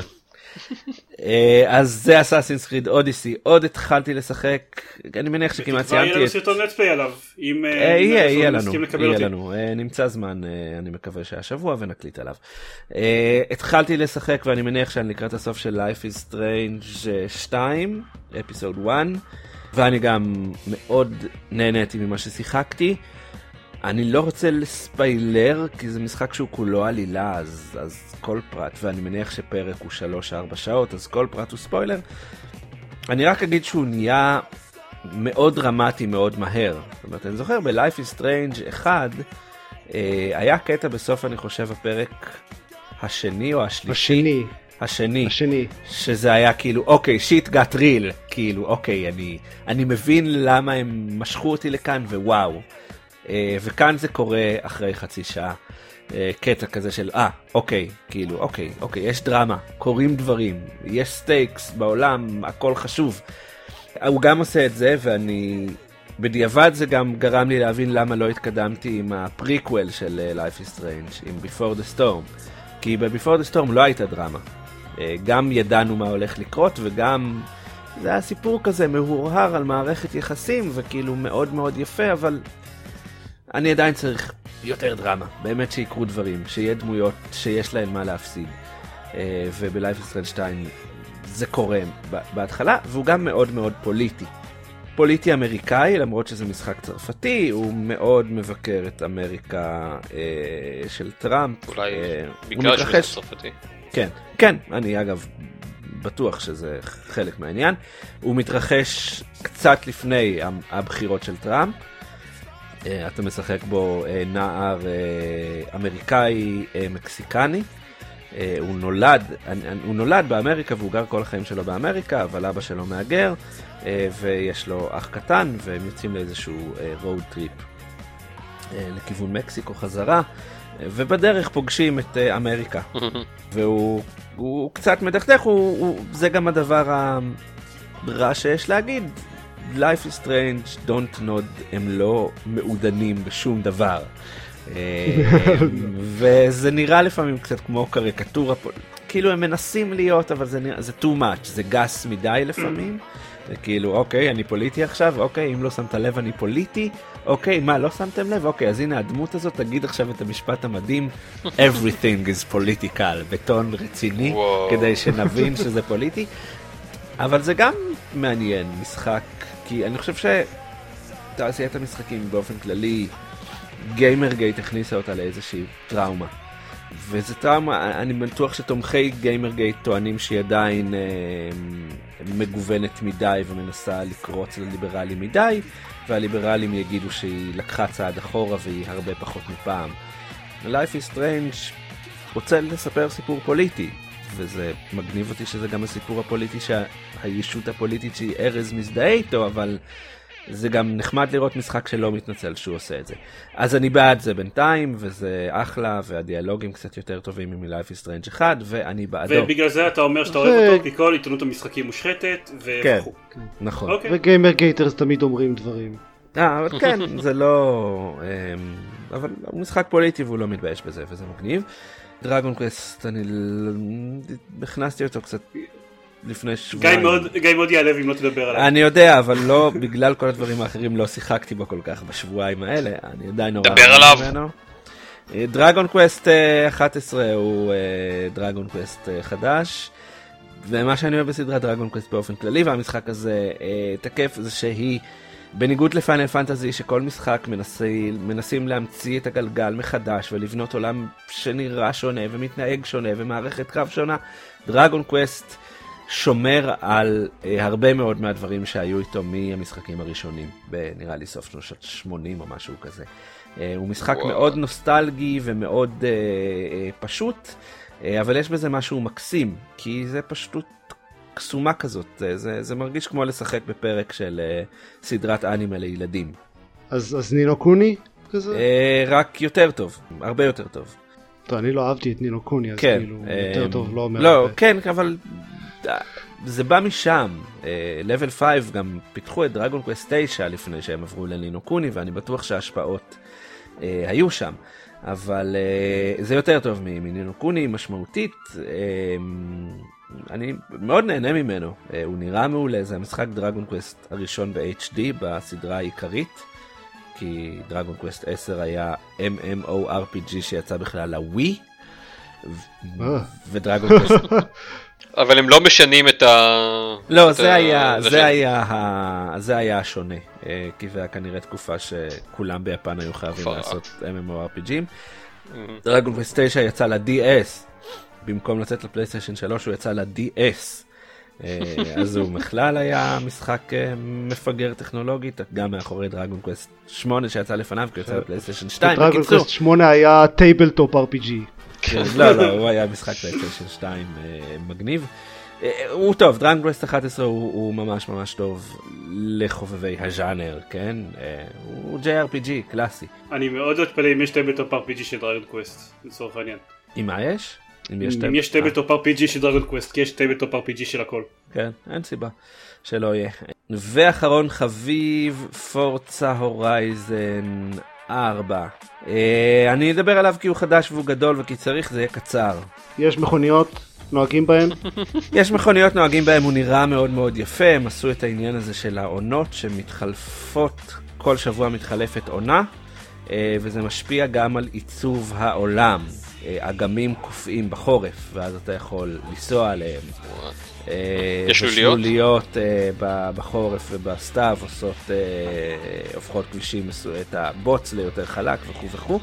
אז זה אסאסינס קריד אודיסי. עוד התחלתי לשחק, אני מניח שכמעט סיימתי את... יהיה לנו סרטון לטפליי עליו. יהיה, יהיה לנו, יהיה לנו. נמצא זמן, אני מקווה שהשבוע ונקליט עליו. התחלתי לשחק ואני מניח שאני לקראת הסוף של Life is Strange שתיים, אפיסוד אחת, ואני גם מאוד נהניתי ממה ששיחקתי. אני לא רוצה לספיילר, כי זה משחק שהוא כולו עלילה, אז, אז כל פרט, ואני מניח שפרק הוא שלוש ארבע שעות, אז כל פרט הוא ספוילר. אני רק אגיד שהוא נהיה מאוד דרמטי, מאוד מהר. זאת אומרת, אני זוכר, ב-Life is Strange אחד, אה, היה קטע בסוף, אני חושב, הפרק השני או השלישי. השני. השני. השני. שזה היה כאילו, אוקיי, שיט got real. כאילו, אוקיי, אני, אני מבין למה הם משכו אותי לכאן, ווואו. וכאן זה קורה אחרי חצי שעה, קטע כזה של אה, אוקיי, כאילו, אוקיי, אוקיי, יש דרמה, קורים דברים, יש סטייקס בעולם, הכל חשוב. הוא גם עושה את זה, ואני, בדיעבד זה גם גרם לי להבין למה לא התקדמתי עם הפריקוול של Life is Strange, עם Before the Storm, כי ב-Before the Storm לא הייתה דרמה. גם ידענו מה הולך לקרות, וגם זה היה סיפור כזה מהורהר על מערכת יחסים, וכאילו מאוד מאוד יפה, אבל... אני עדיין צריך יותר דרמה, באמת שיקרו דברים, שיהיה דמויות שיש להן מה להפסיד. וב-Life is Strange שתיים זה קורה בהתחלה, והוא גם מאוד מאוד פוליטי. פוליטי אמריקאי, למרות שזה משחק צרפתי, הוא מאוד מבקר את אמריקה של טראמפ. אולי בגלל שזה צרפתי. כן, כן, אני אגב בטוח שזה חלק מהעניין. הוא מתרחש קצת לפני הבחירות של טראמפ. אתה משחק בו נער אמריקאי מקסיקני. הוא נולד, הוא נולד באמריקה והוא גר כל החיים שלו באמריקה, אבל אבא שלו מהגר, ויש לו אח קטן, והם יוצאים לאיזשהו רוד טריפ לכיוון מקסיקו חזרה, ובדרך פוגשים את אמריקה. והוא הוא קצת מדכדך, הוא, הוא, זה גם הדבר הרע שיש להגיד. Life is Strange, Don't Nod, הם לא מעודנים בשום דבר. וזה נראה לפעמים קצת כמו קריקטורה, כאילו הם מנסים להיות, אבל זה, זה too much, זה גס מדי לפעמים. זה כאילו, אוקיי, אני פוליטי עכשיו, אוקיי, אם לא שמת לב אני פוליטי, אוקיי, מה, לא שמתם לב? אוקיי, אז הנה הדמות הזאת, תגיד עכשיו את המשפט המדהים, everything is political, בטון רציני, wow. כדי שנבין שזה פוליטי. אבל זה גם מעניין, משחק, כי אני חושב שתעשיית המשחקים באופן כללי, גיימרגייט הכניסה אותה לאיזושהי טראומה. וזה טראומה, אני בטוח שתומכי גיימרגייט טוענים שהיא עדיין אה, מגוונת מדי ומנסה לקרוץ לליברלים מדי, והליברלים יגידו שהיא לקחה צעד אחורה והיא הרבה פחות מפעם. Life is Strange רוצה לספר סיפור פוליטי, וזה מגניב אותי שזה גם הסיפור הפוליטי שהישות הפוליטית שהיא ארז מזדהה איתו, אבל זה גם נחמד לראות משחק שלא מתנצל שהוא עושה את זה. אז אני בעד זה בינתיים, וזה אחלה, והדיאלוגים קצת יותר טובים מ-Life is Strange אחד, ואני בעדו. ובגלל זה אתה אומר שאתה אוהב אותו, כי כל עיתונות המשחקים מושחתת, כן, נכון. וגיימר גייטרס תמיד אומרים דברים. אה, אבל כן, זה לא... אבל הוא משחק פוליטי והוא לא מתבייש בזה, וזה מגניב. דרגון קווסט, אני הכנסתי אותו קצת... לפני שבועיים. גיא מאוד יעלב אם לא תדבר עליו. אני יודע, אבל לא, בגלל כל הדברים האחרים לא שיחקתי בו כל כך בשבועיים האלה, אני עדיין נורא... דבר עליו! דרגון קווסט אחת עשרה הוא דרגון קווסט חדש, ומה שאני אוהב בסדרת דרגון קווסט באופן כללי, והמשחק הזה תקף זה שהיא, בניגוד לפיינל פנטזי, שכל משחק מנסים, מנסים להמציא את הגלגל מחדש, ולבנות עולם שנראה שונה, ומתנהג שונה, ומערכת קרב שונה, דרגון קווסט שומר על uh, הרבה מאוד מהדברים שהיו איתו מהמשחקים הראשונים, בנראה לי סוף שנות שמונים או משהו כזה. Uh, הוא משחק וואו. מאוד נוסטלגי ומאוד uh, uh, פשוט, uh, אבל יש בזה משהו מקסים, כי זה פשוט קסומה כזאת, זה, זה, זה מרגיש כמו לשחק בפרק של uh, סדרת אנימה לילדים. אז, אז נינו קוני כזה? Uh, רק יותר טוב, הרבה יותר טוב. טוב, אני לא אהבתי את נינו קוני, אז כן, כאילו uh, יותר טוב לא אומר. לא, הרבה. כן, אבל... זה בא משם. לבל חמש גם פיתחו את דרגון קווסט תשע לפני שהם עברו לנינו קוני, ואני בטוח שההשפעות uh, היו שם. אבל uh, זה יותר טוב מנינו קוני, משמעותית. Uh, אני מאוד נהנה ממנו. Uh, הוא נראה מעולה, זה המשחק דרגון קווסט הראשון ב-אייץ' די בסדרה העיקרית. כי דרגון קווסט עשר היה אם אם או אר פי ג'י שיצא בכלל לווי. ודרגון קווסט... אבל הם לא משנים את ה... לא, זה היה, זה היה, זה היה השונה, כי זה היה כנראה תקופה שכולם ביפן היו חייבים לעשות אם אם או אר פי ג'י. דרגון קווסט תשע יצא ל-די אס, במקום לצאת לפלייסטיישן שלוש הוא יצא ל-די אס, אז הוא בכלל היה משחק מפגר טכנולוגית, גם מאחורי דרגון קווסט שמונה שיצא לפניו, כי יצא לפלייסטיישן שתיים. דרגון קווסט שמונה היה טייבלטופ אר פי ג'י. לא, לא, הוא היה משחק פלייסטיישן שתיים מגניב. הוא טוב, דרגון קווסט אחת עשרה הוא ממש ממש טוב לחובבי הז'אנר, כן? הוא ג'יי אר פי ג'י, קלאסי. אני מאוד אתפלא אם יש טייבלטופ אר פי ג'י של דרגון קווסט, לצורך העניין. אם מה יש? אם יש טייבלטופ אר פי ג'י של דרגון קווסט, כי יש טייבלטופ אר פי ג'י של הכל. כן, אין סיבה שלא יהיה. ואחרון חביב, פורצה הורייזן ארבע. אני אדבר עליו כי הוא חדש והוא גדול וכי צריך זה יהיה קצר. יש מכוניות נוהגים בהם? יש מכוניות נוהגים בהם, הוא נראה מאוד מאוד יפה, הם עשו את העניין הזה של העונות שמתחלפות, כל שבוע מתחלפת עונה, וזה משפיע גם על עיצוב העולם. אגמים קופאים בחורף, ואז אתה יכול לנסוע עליהם. יש שלוליות בחורף ובסתיו עושות, הופכות כבישים, את הבוץ ליותר חלק וכו' וכו'.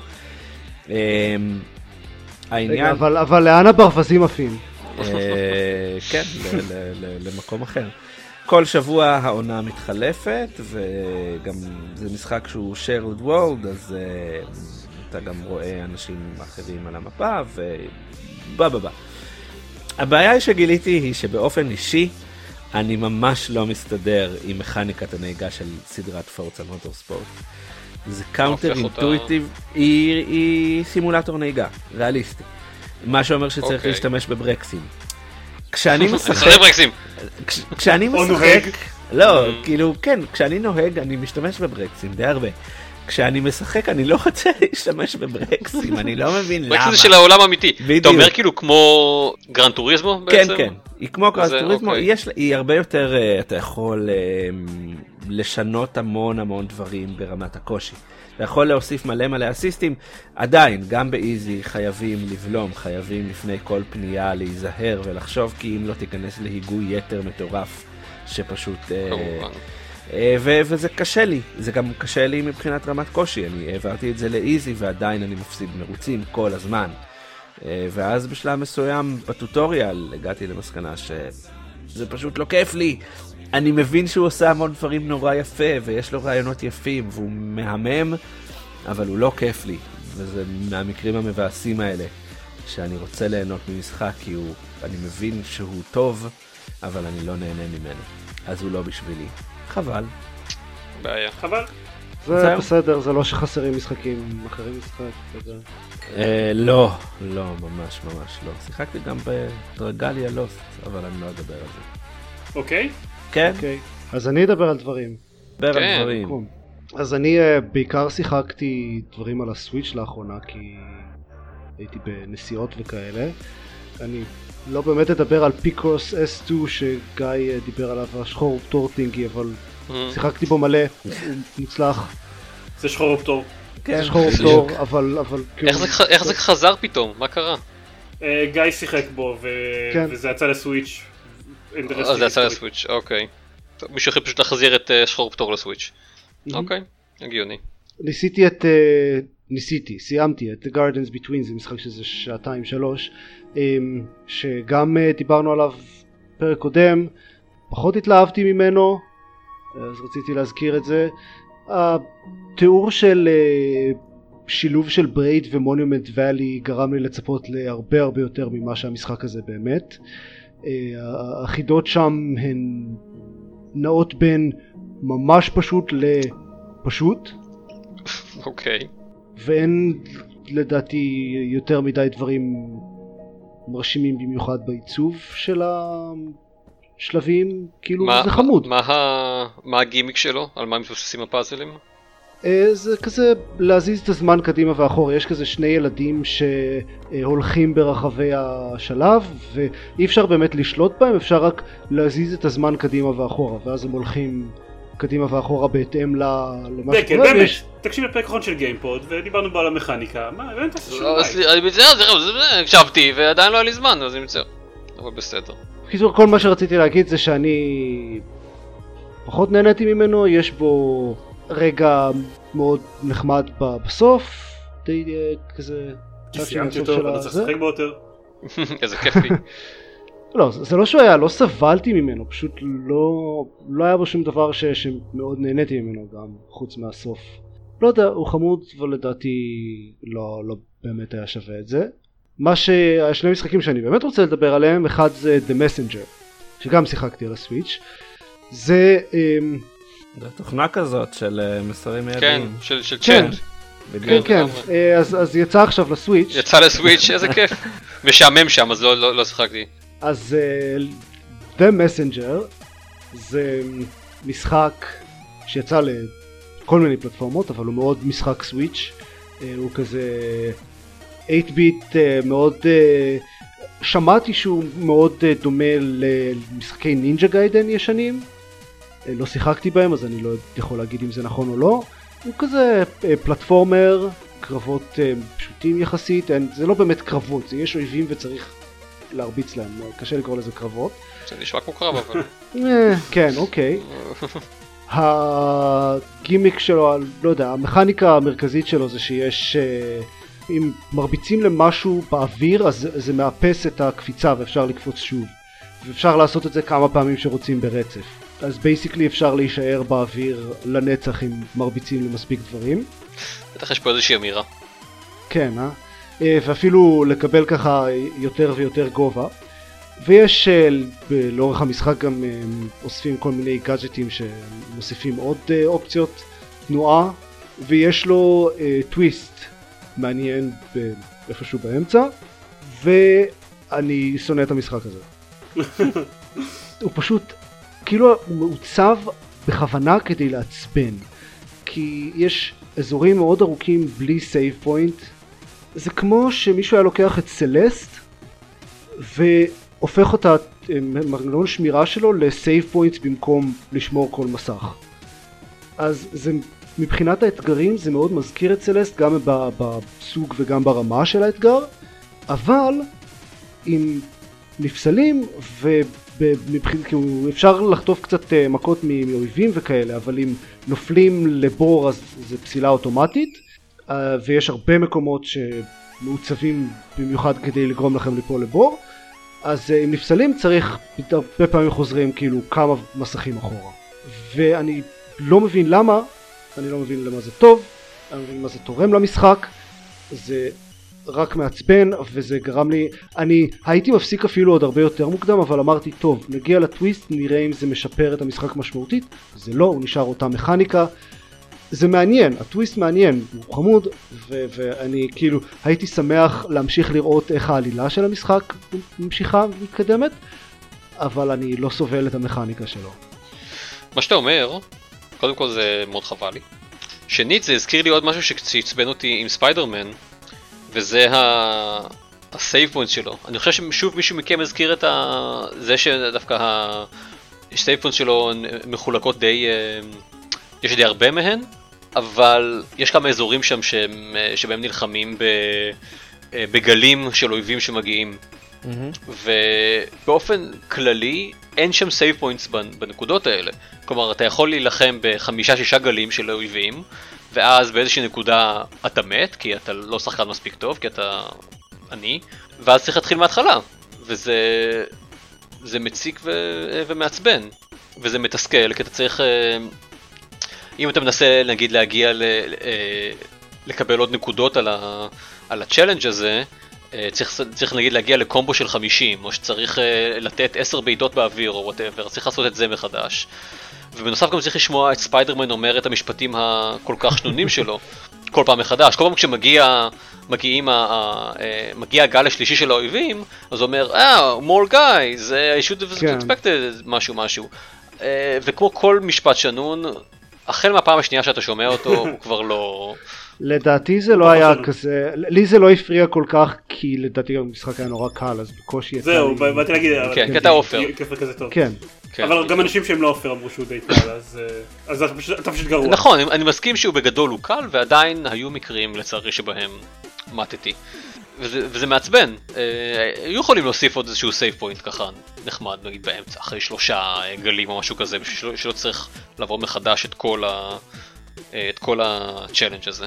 העניין... אבל לאן הברווזים עפים? כן, למקום אחר. כל שבוע העונה מתחלפת, וגם זה משחק שהוא shared world, אז אתה גם רואה אנשים אחרים על המפה, ובא בא בא. הבעיה שגיליתי היא שבאופן אישי, אני ממש לא מסתדר עם מכניקת הנהיגה של סדרת פורצה מוטורספורט. זה קאונטר אינטואיטיב, היא, היא סימולטור נהיגה, ריאליסטי. מה שאומר שצריך okay. להשתמש בברקסים. כשאני משחק... כש, כשאני משחק... לא, כאילו, כן, כשאני נוהג, אני משתמש בברקסים די הרבה. כשאני משחק אני לא רוצה להשתמש בברקסים, אני לא מבין למה. ברקס זה של העולם האמיתי. אתה אומר כאילו כמו גרן טוריזמו בעצם? כן, כן. היא כמו גרן טוריזמו, היא הרבה יותר, אתה יכול לשנות המון המון דברים ברמת הקושי. אתה יכול להוסיף מלא מלא אסיסטים, עדיין, גם באיזי חייבים לבלום, חייבים לפני כל פנייה להיזהר ולחשוב, כי אם לא תיכנס להיגוי יתר מטורף, שפשוט... וזה קשה לי, זה גם קשה לי מבחינת רמת קושי, אני העברתי את זה לאיזי ועדיין אני מפסיד מרוצים כל הזמן. ואז בשלב מסוים בטוטוריאל הגעתי למסקנה שזה פשוט לא כיף לי. אני מבין שהוא עושה המון דברים נורא יפה ויש לו רעיונות יפים והוא מהמם, אבל הוא לא כיף לי. וזה מהמקרים המבאסים האלה שאני רוצה ליהנות ממשחק, כי הוא, אני מבין שהוא טוב, אבל אני לא נהנה ממנו. אז הוא לא בשבילי. חבל. בעיה. חבל. זה בסדר, זה לא שחסרים משחקים אחרים משחק. לא, לא, ממש ממש לא. שיחקתי גם בדרגליה לוסט, אבל אני לא אדבר על זה. אוקיי. כן? אז אני אדבר על דברים. דבר על דברים. אז אני בעיקר שיחקתי דברים על הסוויץ' לאחרונה, כי הייתי בנסיעות וכאלה. אני לא באמת אדבר על פיקרוס אס שתיים שגיא דיבר עליו, השחור טורטינגי, אבל שיחקתי בו מלא, הוא מוצלח. זה שחור אופטור. זה שחור אופטור, אבל... איך זה חזר פתאום? מה קרה? גיא שיחק בו, וזה יצא לסוויץ'. אז זה יצא לסוויץ', אוקיי. מישהו יכול פשוט להחזיר את שחור אופטור לסוויץ'. אוקיי, הגיוני. ניסיתי את... ניסיתי, סיימתי את The Gardens Between, זה משחק שזה שעתיים שלוש, שגם דיברנו עליו פרק קודם, פחות התלהבתי ממנו, אז רציתי להזכיר את זה. התיאור של שילוב של ברייד ומונומנט ואלי גרם לי לצפות להרבה הרבה יותר ממה שהמשחק הזה באמת. החידות שם הן נעות בין ממש פשוט לפשוט. אוקיי. ואין לדעתי יותר מדי דברים מרשימים במיוחד בעיצוב של השלבים, כאילו מה, זה חמוד. מה, מה, מה הגימיק שלו? על מה מתבססים הפאזלים? זה כזה להזיז את הזמן קדימה ואחורה, יש כזה שני ילדים שהולכים ברחבי השלב ואי אפשר באמת לשלוט בהם, אפשר רק להזיז את הזמן קדימה ואחורה, ואז הם הולכים קדימה ואחורה בהתאם למה שקורה. באמת, תקשיב לפרק אחרון של גיימפוד ודיברנו בו על המכניקה, מה, באמת תעשה שום בית. אני מצטער, הקשבתי ועדיין לא היה לי זמן, אז אני מצטער, אבל בסדר. בקיצור, כל מה שרציתי להגיד זה שאני פחות נהניתי ממנו, יש בו רגע מאוד נחמד בסוף, די כזה... סיימתי אותו, אתה צריך לשחק בו יותר. איזה כיף לי. לא, זה לא שהוא היה, לא סבלתי ממנו, פשוט לא, לא היה בו שום דבר ש, שמאוד נהניתי ממנו גם, חוץ מהסוף. לא יודע, הוא חמוד, ולדעתי לא, לא באמת היה שווה את זה. מה שהשני משחקים שאני באמת רוצה לדבר עליהם, אחד זה The Messenger, שגם שיחקתי על הסוויץ'. זה... זה תוכנה כזאת של מסרים מיידיים. כן, של, של צ'אט. כן, כן, אז, אז יצא עכשיו לסוויץ'. יצא לסוויץ', איזה כיף. משעמם שם, אז לא, לא, לא שיחקתי. אז uh, The Messenger זה משחק שיצא לכל מיני פלטפורמות, אבל הוא מאוד משחק סוויץ'. uh, הוא כזה שמונה ביט uh, מאוד, uh, שמעתי שהוא מאוד uh, דומה למשחקי נינג'ה גיידן ישנים. uh, לא שיחקתי בהם אז אני לא יכול להגיד אם זה נכון או לא. הוא כזה uh, פלטפורמר, קרבות uh, פשוטים יחסית, זה לא באמת קרבות, זה יש אויבים וצריך להרביץ להם, קשה לקרוא לזה קרבות. זה נשמע כמו קרב אבל. כן, אוקיי. הגימיק שלו, לא יודע, המכניקה המרכזית שלו זה שיש, אם מרביצים למשהו באוויר אז זה מאפס את הקפיצה ואפשר לקפוץ שוב. ואפשר לעשות את זה כמה פעמים שרוצים ברצף. אז בייסיקלי אפשר להישאר באוויר לנצח אם מרביצים למספיק דברים. בטח יש פה איזושהי אמירה. כן, אה? ואפילו לקבל ככה יותר ויותר גובה. ויש לאורך המשחק גם אוספים כל מיני גאדג'טים שמוסיפים עוד אופציות תנועה, ויש לו טוויסט מעניין איפשהו באמצע, ואני שונא את המשחק הזה. הוא פשוט כאילו הוא מעוצב בכוונה כדי לעצבן, כי יש אזורים מאוד ארוכים בלי סייב פוינט. זה כמו שמישהו היה לוקח את סלסט והופך אותה, מנגנון שמירה שלו, לסייב פוינט במקום לשמור כל מסך. אז זה, מבחינת האתגרים זה מאוד מזכיר את סלסט, גם בסוג וגם ברמה של האתגר, אבל עם נפסלים ומבחינת, כאילו אפשר לחטוף קצת מכות מאויבים וכאלה, אבל אם נופלים לבור אז זה פסילה אוטומטית, ויש הרבה מקומות שמעוצבים במיוחד כדי לגרום לכם ליפול לבור, אז אם נפסלים צריך הרבה פעמים חוזרים כאילו כמה מסכים אחורה, ואני לא מבין למה, אני לא מבין למה זה טוב, אני לא מבין מה זה תורם למשחק, זה רק מעצבן וזה גרם לי, אני הייתי מפסיק אפילו עוד הרבה יותר מוקדם, אבל אמרתי טוב נגיע לטוויסט נראה אם זה משפר את המשחק משמעותית, זה לא, הוא נשאר אותה מכניקה, זה מעניין, הטוויסט מעניין, הוא חמוד, ו- ואני כאילו הייתי שמח להמשיך לראות איך העלילה של המשחק ממשיכה ומתקדמת, אבל אני לא סובל את המכניקה שלו. מה שאתה אומר, קודם כל זה מאוד חבל לי. שנית, זה הזכיר לי עוד משהו שהצבן אותי עם ספיידרמן, וזה הסייב פוינט שלו. אני חושב ששוב מישהו מכם הזכיר את ה... זה שדווקא הסייב פוינט שלו מחולקות די... יש די הרבה מהן, אבל יש כמה אזורים שם שהם, שבהם נלחמים ב, בגלים של אויבים שמגיעים. Mm-hmm. ובאופן כללי אין שם סייב פוינטס בנקודות האלה. כלומר, אתה יכול להילחם בחמישה שישה גלים של אויבים, ואז באיזושהי נקודה אתה מת, כי אתה לא שחקן מספיק טוב, כי אתה עני, ואז צריך להתחיל מההתחלה. וזה זה מציק ו, ומעצבן, וזה מתסכל, כי אתה צריך... אם אתה מנסה נגיד להגיע ל, לקבל עוד נקודות על, ה, על הצ'לנג' הזה, צריך, צריך נגיד להגיע לקומבו של חמישים, או שצריך לתת עשר בעיטות באוויר או whatever, צריך לעשות את זה מחדש. ובנוסף גם צריך לשמוע את ספיידרמן אומר את המשפטים הכל כך שנונים שלו, כל פעם מחדש. כל פעם כשמגיע מגיעים ה, ה, מגיע הגל השלישי של האויבים, אז הוא אומר, אה, oh, more guys, I should have כן. expected משהו משהו. וכמו כל משפט שנון, החל מהפעם השנייה שאתה שומע אותו, הוא כבר לא... לדעתי זה לא היה כזה, לי זה לא הפריע כל כך, כי לדעתי המשחק היה נורא קל, אז בקושי יצא לי... זהו, באתי להגיד... כן, כי אתה אופר. כיפה כזה טוב. כן. אבל גם אנשים שהם לא אופר אמרו שהוא די קל, אז אתה פשוט גרוע. נכון, אני מסכים שהוא בגדול הוא קל, ועדיין היו מקרים לצערי שבהם מתתי. וזה מעצבן, היו יכולים להוסיף עוד איזשהו סייב פוינט ככה נחמד, נגיד באמצע, אחרי שלושה גלים או משהו כזה, שלא צריך לעבור מחדש את כל ה... את כל הצ'לנג' הזה.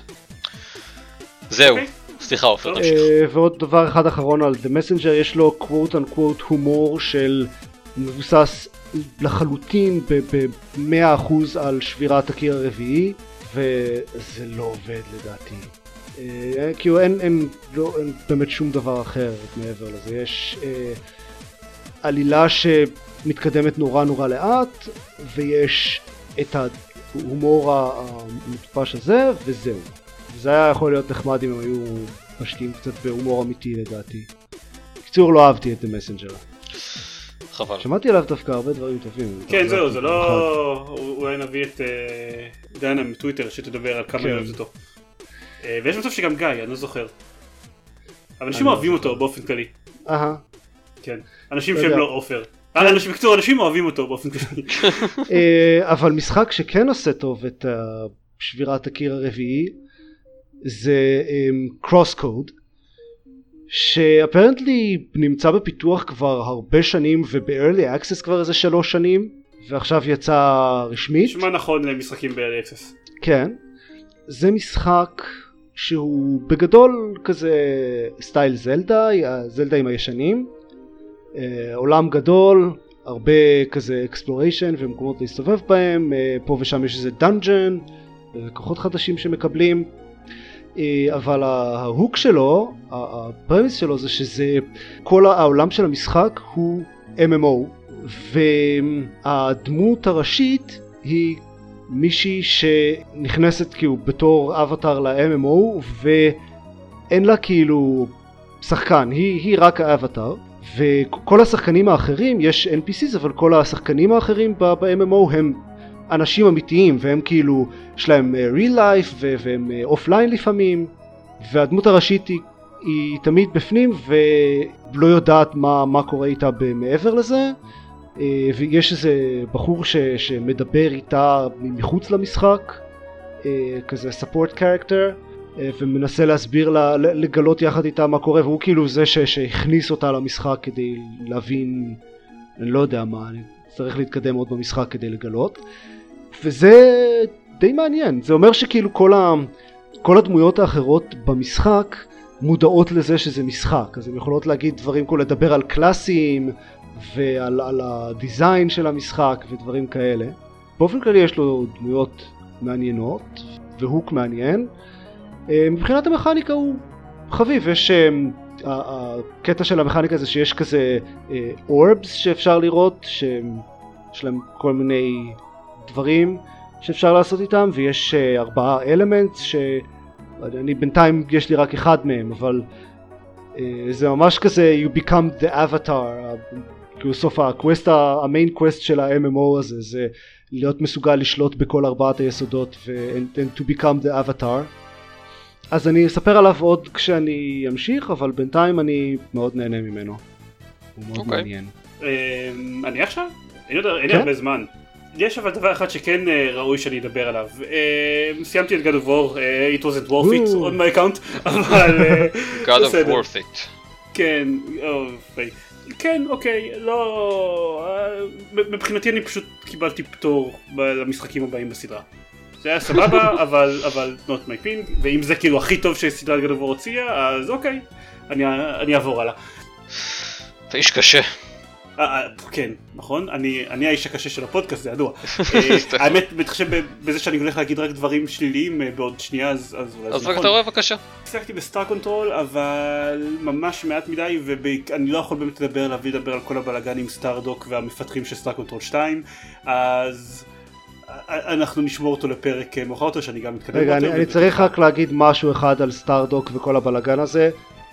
זהו, סליחה עופר, תמשיך. ועוד דבר אחד אחרון על The Messenger, יש לו quote unquote הומור של מבוסס לחלוטין ב-מאה אחוז על שבירת הקיר הרביעי, וזה לא עובד לדעתי. כאילו אין, אין, לא, אין באמת שום דבר אחר מעבר לזה. יש אה, עלילה שמתקדמת נורא נורא לאט, ויש את ההומור המטופש הזה, וזהו. זה היה יכול להיות נחמד אם הם היו משקיעים קצת בהומור אמיתי לדעתי. בקיצור, לא אהבתי את The Messenger. חבל. שמעתי עליו דווקא הרבה דברים טובים. כן, זהו, זה לא... אולי נביא את דנה מטוויטר שתדבר על כמה יום זה טוב. ויש מצב שגם גיא, אני לא זוכר. אבל אנשים אוהבים אותו באופן כללי. אהה. כן. אנשים שהם לא אופר. בקצור, אנשים אוהבים אותו באופן כללי. אבל משחק שכן עושה טוב את שבירת הקיר הרביעי, זה Crosscode, שאפרנטלי נמצא בפיתוח כבר הרבה שנים, וב-Early Access כבר איזה שלוש שנים, ועכשיו יצא רשמית. נשמע נכון למשחקים ב-Early Access. כן. זה משחק שהוא בגדול כזה סטייל זלדה, זלדה עם הישנים, עולם גדול, הרבה כזה exploration ומקומות להסתובב בהם, פה ושם יש איזה דאנג'ן, כוחות חדשים שמקבלים, אבל ההוק שלו, הפרמיס שלו זה שזה, כל העולם של המשחק הוא אם אם או, והדמות הראשית היא מישהי שנכנסת כאילו בתור אבטר ל-אם אם או, ואין לה כאילו שחקן, היא, היא רק האבטר, וכל השחקנים האחרים, יש אן פי סי'ס, אבל כל השחקנים האחרים ב-אם אם או הם אנשים אמיתיים, והם כאילו, יש להם real life והם אופליין לפעמים, והדמות הראשית היא, היא תמיד בפנים ולא יודעת מה, מה קורה איתה מעבר לזה, ויש איזה בחור ש, שמדבר איתה מחוץ למשחק, כזה support character, ומנסה להסביר לה, לגלות יחד איתה מה קורה, והוא כאילו זה ש, שהכניס אותה למשחק כדי להבין, אני לא יודע מה, אני צריך להתקדם עוד במשחק כדי לגלות, וזה די מעניין. זה אומר שכאילו כל, ה, כל הדמויות האחרות במשחק מודעות לזה שזה משחק, אז הן יכולות להגיד דברים, כל לדבר על קלאסים ועל על הדיזיין של המשחק ודברים כאלה. באופן כללי יש לו דמויות מעניינות והוק מעניין. מבחינת המכניקה הוא חביב, יש הקטע של המכניקה זה שיש כזה אורבס שאפשר לראות, שיש להם כל מיני דברים שאפשר לעשות איתם, ויש ארבעה אלמנטס שאני בינתיים יש לי רק אחד מהם, אבל זה ממש כזה you become the avatar, כאילו סוף הקווסט, המיין קווסט של ה-אם אם או הזה זה להיות מסוגל לשלוט בכל ארבעת היסודות ו- and to become the avatar. אז אני אספר עליו עוד כשאני אמשיך, אבל בינתיים אני מאוד נהנה ממנו, הוא מאוד מעניין. אני עכשיו? אין לי הרבה זמן. יש אבל דבר אחד שכן ראוי שאני אדבר עליו. סיימתי את God of War, it wasn't worth it on my account, אבל... God of worth it. כן, כן, אוקיי, לא... מבחינתי אני פשוט קיבלתי פטור למשחקים הבאים בסדרה. זה היה סבבה, אבל, אבל not my ping, ואם זה כאילו הכי טוב שסדרת God of War הוציאה, אז אוקיי, אני, אני אעבור הלאה. אתה איש קשה. כן, נכון, אני, אני האיש הקשה של הפודקאסט, זה ידוע. האמת, מתחשב בזה שאני הולך להגיד רק דברים שליליים בעוד שנייה, אז אולי זה נכון. אז רק אתה רואה בבקשה. הצלחתי בסטאר קונטרול, אבל ממש מעט מדי, ואני לא יכול באמת לדבר עליו, לדבר על כל הבלגן עם סטארדוק והמפתחים של סטאר קונטרול שתיים, אז... אנחנו נשמור אותו לפרק מאוחר יותר שאני גם מתקדם. רגע, אני צריך רק להגיד משהו אחד על סטארדוק וכל הבלגן הזה.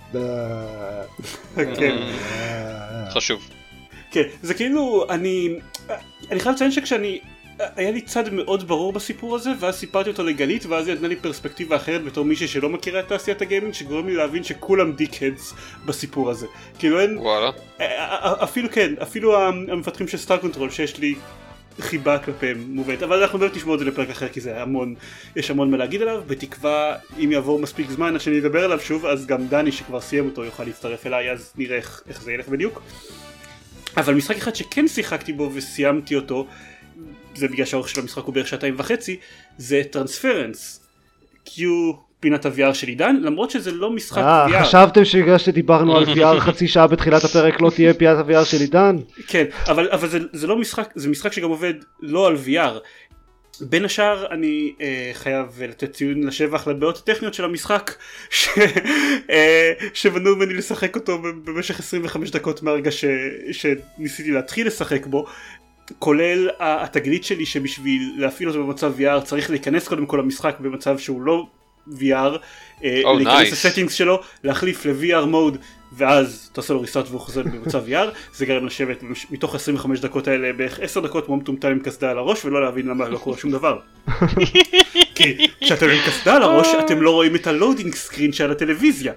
כן. חשוב. כן, זה כאילו, אני אני חייב לציין שכשאני, היה לי צד מאוד ברור בסיפור הזה, ואז סיפרתי אותו לגלית, ואז היא נתנה לי פרספקטיבה אחרת בתור מישהי שלא מכירה את תעשיית הגיימינג, שגורם לי להבין שכולם דיק-הדס בסיפור הזה. כאילו אין... וואלה. אפילו כן, אפילו המפתחים של סטאר קונטרול שיש לי חיבה כלפיהם מובאת, אבל אנחנו באמת נשמור את זה לפרק אחר, כי זה המון, יש המון מה להגיד עליו. בתקווה, אם יעבור מספיק זמן שאני אדבר עליו שוב, אז גם דני שכבר סיים אותו יוכל להצטרף אליי, אז נראה איך, איך זה ילך בדיוק. אבל משחק אחד שכן שיחקתי בו וסיימתי אותו, זה בגלל שהאורך של המשחק הוא בערך שעתיים וחצי, זה טרנספרנס, קיו פינת ה-וי אר של עידן, למרות שזה לא משחק וי אר. חשבתם שבגלל שדיברנו על וי אר חצי שעה בתחילת הפרק לא תהיה פינת ה-וי אר של עידן? כן, אבל, אבל זה, זה לא משחק, זה משחק שגם עובד לא על וי אר. בין השאר אני אה, חייב לתת ציון לשבח לבעיות הטכניות של המשחק ש... אה, שמנעו ממני לשחק אותו במשך עשרים וחמש דקות מהרגע ש... שניסיתי להתחיל לשחק בו, כולל התגלית שלי שבשביל להפעיל אותו במצב וי אר צריך להיכנס קודם כל למשחק במצב שהוא לא וי אר, oh, להיכנס nice. לסטינגס שלו, להחליף ל-וי אר מוד ואז תעשה לו ריסט והוא חוזר במצב וי אר. זה גרם לשבת מתוך עשרים וחמש דקות האלה בערך עשר דקות כמו מטומטם עם קסדה על הראש ולא להבין למה לא קורה שום דבר. כי כשאתם עם קסדה על הראש אתם לא רואים את הלואודינג סקרין של הטלוויזיה.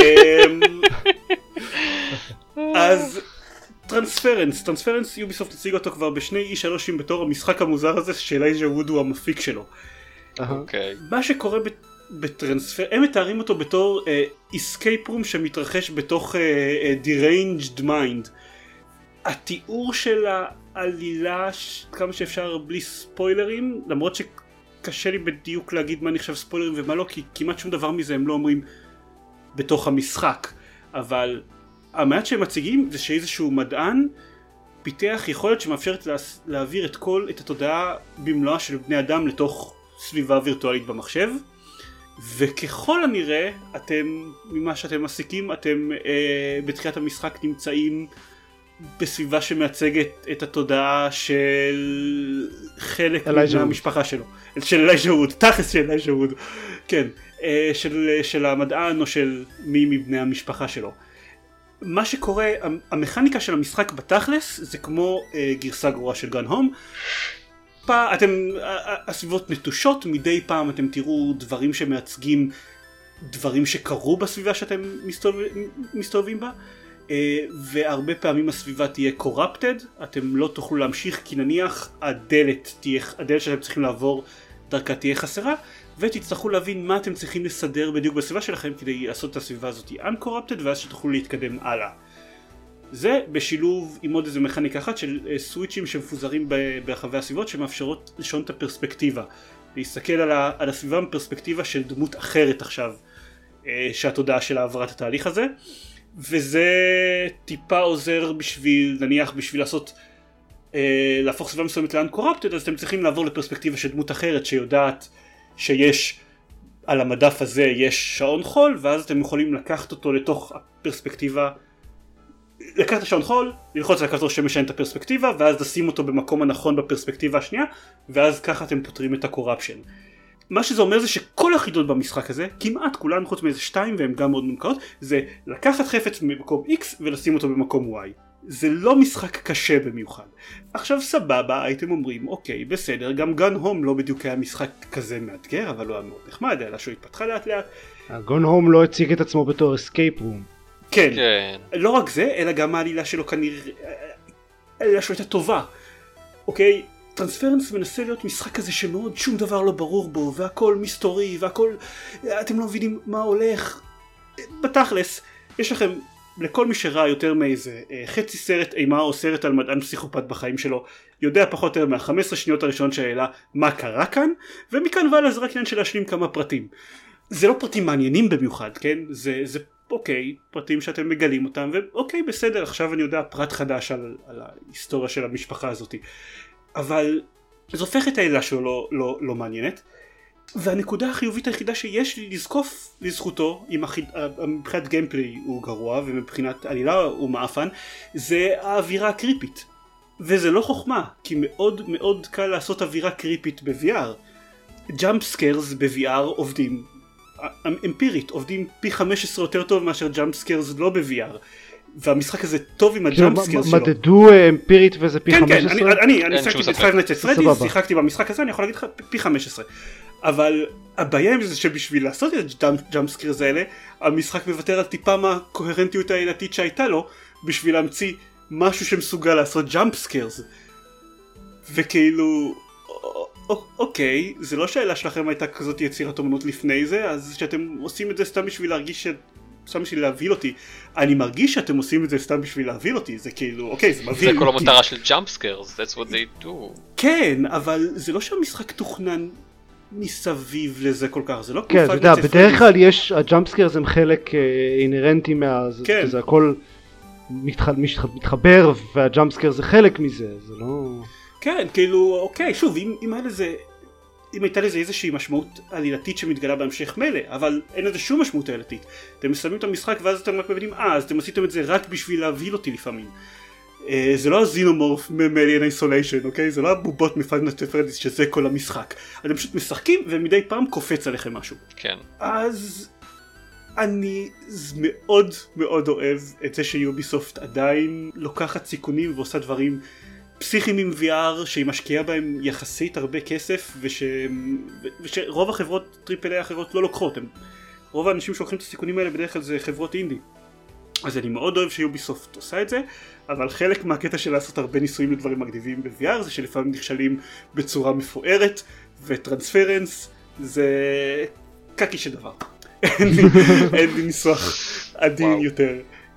אז טרנספרנס, טרנספרנס יוביסופט הציג אותו כבר בשני אי שלושים בתור המשחק המוזר הזה שאלייג'ה ווד הוא המפיק שלו. אוקיי. מה שקורה בטרנספר, הם מתארים אותו בתור escape room שמתרחש בתוך deranged mind. התיאור של העלילה, כמה שאפשר בלי ספוילרים, למרות שקשה לי בדיוק להגיד מה נחשב ספוילרים ומה לא, כי כמעט שום דבר מזה הם לא אומרים בתוך המשחק, אבל המעט שהם מציגים זה שאיזשהו מדען פיתח יכולת שמאפשרת להעביר את כל, את התודעה במלואה של בני אדם לתוך סביבה וירטואלית במחשב, וככל הנראה אתם, ממה שאתם מסיקים, אתם אה, בתחילת המשחק נמצאים בסביבה שמייצגת את התודעה של חלק מהמשפחה שלו, של אלייג'ה ווד, תכלס של אלייג'ה ווד, כן, אה, של, של המדען או של מי מבני המשפחה שלו. מה שקורה, המכניקה של המשחק בתכלס זה כמו אה, גרסה גרועה של גן הום, טיפה, אתם, הסביבות נטושות, מדי פעם אתם תראו דברים שמייצגים דברים שקרו בסביבה שאתם מסתובבים, מסתובבים בה, והרבה פעמים הסביבה תהיה corrupted, אתם לא תוכלו להמשיך כי נניח הדלת, תהיה, הדלת שאתם צריכים לעבור דרכה תהיה חסרה, ותצטרכו להבין מה אתם צריכים לסדר בדיוק בסביבה שלכם כדי לעשות את הסביבה הזאת uncorrupted ואז שתוכלו להתקדם הלאה. זה בשילוב עם עוד איזה מכניקה אחת של סוויצ'ים שמפוזרים ברחבי הסביבות שמאפשרות לשנות את הפרספקטיבה, להסתכל על, ה, על הסביבה מפרספקטיבה של דמות אחרת עכשיו שהתודעה שלה עברה את התהליך הזה, וזה טיפה עוזר בשביל, נניח בשביל לעשות להפוך סביבה מסוימת ל-uncorrupted, אז אתם צריכים לעבור לפרספקטיבה של דמות אחרת שיודעת שיש על המדף הזה יש שעון חול, ואז אתם יכולים לקחת אותו לתוך הפרספקטיבה, לקחת את השעון חול, ללחוץ על הכפתור שמשנה את הפרספקטיבה, ואז לשים אותו במקום הנכון בפרספקטיבה השנייה, ואז ככה אתם פותרים את הקורפשן. מה שזה אומר זה שכל החידות במשחק הזה, כמעט כולן חוץ מאיזה שתיים והן גם מאוד מונקרות, זה לקחת חפץ ממקום X ולשים אותו במקום Y. זה לא משחק קשה במיוחד. עכשיו סבבה, הייתם אומרים, אוקיי, בסדר, גם גן הום לא בדיוק היה משחק כזה מאתגר, אבל הוא היה מאוד נחמד, היה שהוא התפתחה לאט לאט. גן הום לא הציג את עצמו בתור אסקייפ רום. כן, לא רק זה, אלא גם העלילה שלו כנראה, העלילה שלו הייתה טובה. אוקיי, טרנספרנס מנסה להיות משחק כזה שמאוד שום דבר לא ברור בו, והכל מסתורי, והכל, אתם לא מבינים מה הולך. בתכלס, יש לכם, לכל מי שראה יותר מאיזה חצי סרט אימה או סרט על מדען פסיכופת בחיים שלו, יודע פחות או יותר מה-חמש עשרה שניות הראשונות שהעלה מה קרה כאן, ומכאן והלאה זה רק עניין של להשלים כמה פרטים. זה לא פרטים מעניינים במיוחד, כן? זה, זה אוקיי, פרטים שאתם מגלים אותם, ואוקיי, בסדר, עכשיו אני יודע פרט חדש על, על ההיסטוריה של המשפחה הזאת. אבל זה הופך את העילה שלו לא, לא, לא מעניינת, והנקודה החיובית היחידה שיש לי לזקוף לזכותו, אם מבחינת גיימפליי הוא גרוע ומבחינת עלילה הוא מאפן, זה האווירה הקריפית. וזה לא חוכמה, כי מאוד מאוד קל לעשות אווירה קריפית ב-וי אר. ג'אמפ סקיירס ב-וי אר עובדים, אמפירית, עובדים פי חמש עשרה יותר טוב מאשר ג'אמפ סקיירס לא ב-וי אר. והמשחק הזה טוב עם הג'אמפ סקיירס שלו. מדדו אמפירית וזה פי חמש עשרה? כן, כן, אני שיחקתי ב-Five Nights at Freddy's, שיחקתי במשחק הזה, אני יכול להגיד לך פי חמש עשרה. אבל הבעיה עם זה שבשביל לעשות את הג'אמפ סקיירס האלה, המשחק מוותר על טיפה מהקוהרנטיות העילתית שהייתה לו, בשביל להמציא משהו שמסוגל לעשות ג'אמפ סקיירס. וכאילו, אוקיי, זה לא שהעילה שלכם הייתה כזאת יצירת אומנות לפני זה, אז שאתם עושים את זה סתם בשביל להרגיש ש... סתם בשביל להביל אותי. אני מרגיש שאתם עושים את זה סתם בשביל להביל אותי, זה כאילו, אוקיי, זה מביל. זה כל המטרה של ג'אמפ סקיירס, that's what they do. כן, אבל זה לא שהמשחק תוכנן מסביב לזה כל כך, זה לא כן, אתה יודע, בדרך כלל יש, הג'אמפ סקיירס הם חלק אינרנטי מה... כן. זה הכל מתחבר, והג'אמפ סקיירס זה חלק מזה, זה לא... כן, כאילו, אוקיי, שוב, אם, אם היה לזה, אם הייתה לזה איזושהי משמעות עלילתית שמתגלה בהמשך מלא, אבל אין לזה שום משמעות עלילתית. אתם מסיימים את המשחק ואז אתם רק מבינים, אה, אז אתם עשיתם את זה רק בשביל להביל אותי לפעמים. אה, זה לא הזינומורף מ-Alien Isolation, אוקיי? זה לא הבובות מ-Five Nights at Freddy's שזה כל המשחק. אתם פשוט משחקים ומדי פעם קופץ עליכם משהו. כן. אז אני מאוד מאוד אוהב את זה שיוביסופט עדיין לוקחת סיכונים ועושה דברים פסיכיים עם וי אר שהיא משקיעה בהם יחסית הרבה כסף וש... ושרוב החברות טריפל איי האחרות לא לוקחות. הם... רוב האנשים שלוקחים את הסיכונים האלה בדרך כלל זה חברות אינדי. אז אני מאוד אוהב שיוביסופט עושה את זה, אבל חלק מהקטע של לעשות הרבה ניסויים לדברים מגניבים ב-וי אר זה שלפעמים נכשלים בצורה מפוארת, וטרנספרנס זה קקי של דבר. אין לי ניסוח עדין יותר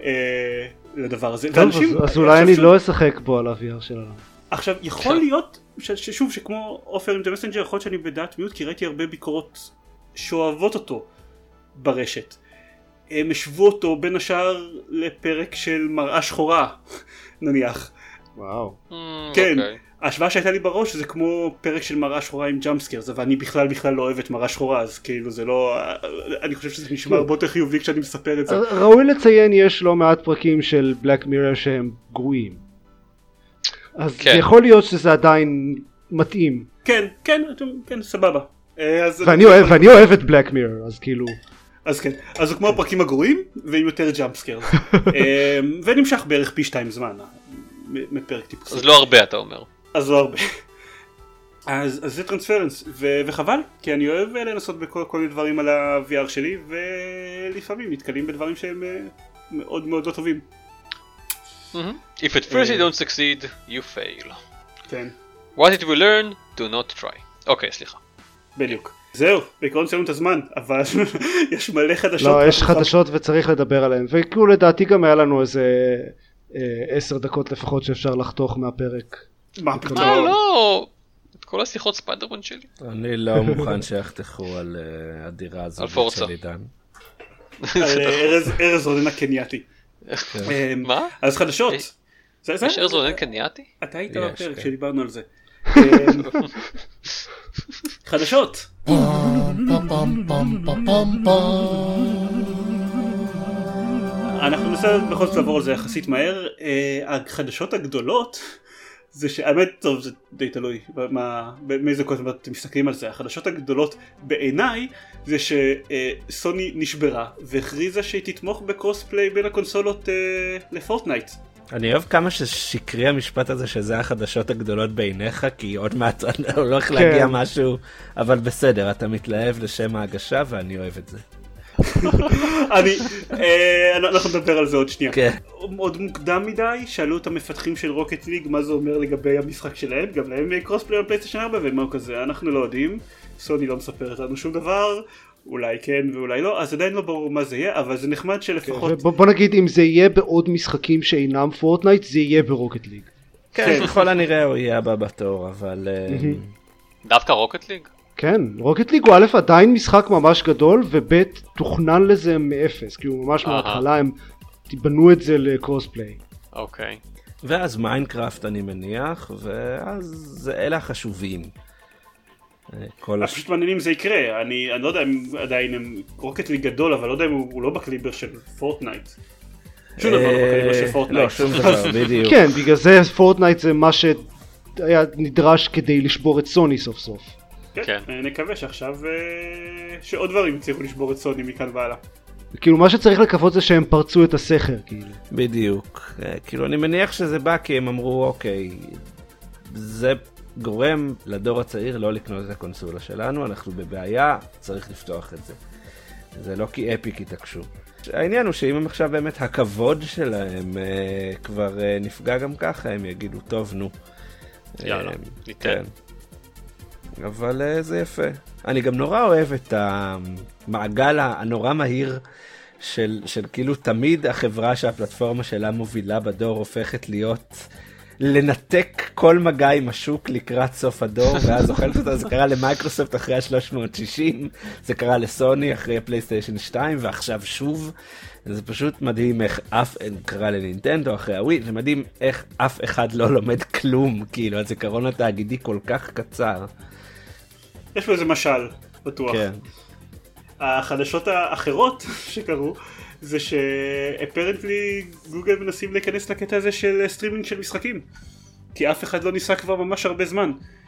לדבר הזה. אז אולי אני לא אשחק בו על ה-וי אר שלנו. עכשיו יכול להיות ששוב שכמו אופר עם דה מסנג'ר יכול להיות שאני בדעת מיעוט כי ראיתי הרבה ביקורות שאוהבות אותו ברשת. הם השוו אותו בין השאר לפרק של מראה שחורה נניח. וואו. כן, ההשוואה שהייתה לי בראש זה כמו פרק של מראה שחורה עם ג'אמפסקיירס, אבל אני בכלל בכלל לא אוהב את מראה שחורה, אז כאילו זה לא, אני חושב שזה נשמע הרבה יותר חיובי כשאני מספר את זה. ראוי לציין יש לא מעט פרקים של בלק מירר שהם גרועים, אז זה יכול להיות שזה עדיין מתאים. כן, כן, כן, סבבה. ואני אוהב את בלק מירר, אז כאילו... אז כן, אז הוא כמו הפרקים הגרועים ועם יותר ג'אמפסקיירס, ונמשך בערך פי שתיים זמן מפרק טיפוסי. אז לא הרבה אתה אומר. אז לא הרבה. אז, אז זה טרנספרנס, ו- וחבל, כי אני אוהב לנסות בכל כל מיני דברים על ה-וי אר שלי, ולפעמים נתקלים בדברים שהם מאוד מאוד לא טובים. Mm-hmm. If at first you don't succeed, you fail. כן. What did we learn? Do not try. אוקיי, סליחה. בדיוק. זהו, בעיקרון סיימנו את הזמן, אבל יש מלא חדשות. לא, יש חדשות וצריך לדבר עליהן, וכאילו לדעתי גם היה לנו איזה עשר דקות לפחות שאפשר לחתוך מהפרק. מה פתאום? אה, לא! את כל השיחות ספיידרמן שלי. אני לא מוכן שיחתכו על הדירה הזאת של עידן. על ארז רונן הקנייתי. מה? אז חדשות. יש ארז רונן קנייתי? אתה היית בפרק שדיברנו על זה. חדשות. אנחנו ננסה בכל זאת לעבור על זה יחסית מהר. החדשות הגדולות זה שהאמת טוב זה די תלוי מאיזה קודם אתם מסתכלים על זה. החדשות הגדולות בעיניי זה שסוני נשברה והכריזה שהיא תתמוך בקרוספליי בין הקונסולות לפורטנייט. אני אוהב כמה ששקרי המשפט הזה שזה החדשות הגדולות בעיניך, כי עוד מעט הולך להגיע משהו, אבל בסדר, אתה מתלהב לשם ההגשה ואני אוהב את זה. אני, אנחנו נדבר על זה עוד שנייה. עוד מוקדם מדי, שאלו את המפתחים של רוקט ליג מה זה אומר לגבי המשחק שלהם, גם להם קרוספליי על פלייסטיישן ארבע ומה כזה, אנחנו לא יודעים, סוני לא מספרת לנו שום דבר, אולי כן ואולי לא, אז עדיין לא ברור מה זה יהיה, אבל זה נחמד שלפחות... בוא נגיד, אם זה יהיה בעוד משחקים שאינם פורטנייט, זה יהיה ברוקט ליג. כן, ככל הנראה הוא יהיה הבא בתור, אבל... דווקא רוקט ליג? כן, רוקט ליג הוא א' עדיין משחק ממש גדול, וב' תוכנן לזה מאפס, כי הוא ממש מההתחלה הם בנו את זה לקרוספליי. אוקיי. ואז מיינקראפט אני מניח, ואז אלה החשובים. פשוט מעניין אם זה יקרה, אני לא יודע אם עדיין הם רוקט ליג גדול, אבל לא יודע אם הוא לא בקליבר של פורטנייט. שום דבר לא בקליבר של פורטנייט. לא, שום דבר, בדיוק. כן, בגלל זה פורטנייט זה מה שהיה נדרש כדי לשבור את סוני סוף סוף. כן, נקווה שעכשיו שעוד דברים צריכו לשבור את סוני מכאן והלאה. כאילו מה שצריך לקוות זה שהם פרצו את הסכר, כאילו. בדיוק. כאילו אני מניח שזה בא כי הם אמרו אוקיי, זה גורם לדור הצעיר לא לקנות את הקונסולה שלנו, אנחנו בבעיה, צריך לפתוח את זה. זה לא כי אפיק יתעקשו. העניין הוא שאם הם עכשיו באמת הכבוד שלהם אה, כבר אה, נפגע גם ככה, הם יגידו טוב נו. יאללה, אה, ניתן. כן. אבל אה, זה יפה. אני גם נורא אוהב את המעגל הנורא מהיר של, של כאילו תמיד החברה שהפלטפורמה שלה מובילה בדור הופכת להיות... לנתק כל מגע עם השוק לקראת סוף הדור, ואז אוכלת אותה. זה קרה למייקרוסופט אחרי ה-שלוש מאות שישים, זה קרה לסוני אחרי הפלייסטיישן שתיים, ועכשיו שוב. זה פשוט מדהים איך אף, קרה לנינטנדו אחרי הווי, זה מדהים איך אף אחד לא לומד כלום, כאילו, הזיכרון התאגידי כל כך קצר. יש פה איזה משל, בטוח. כן. החדשות האחרות שקרו, זה שאפרנטלי גוגל מנסים להיכנס לקטע הזה של סטרימינג של משחקים, כי אף אחד לא ניסה כבר ממש הרבה זמן.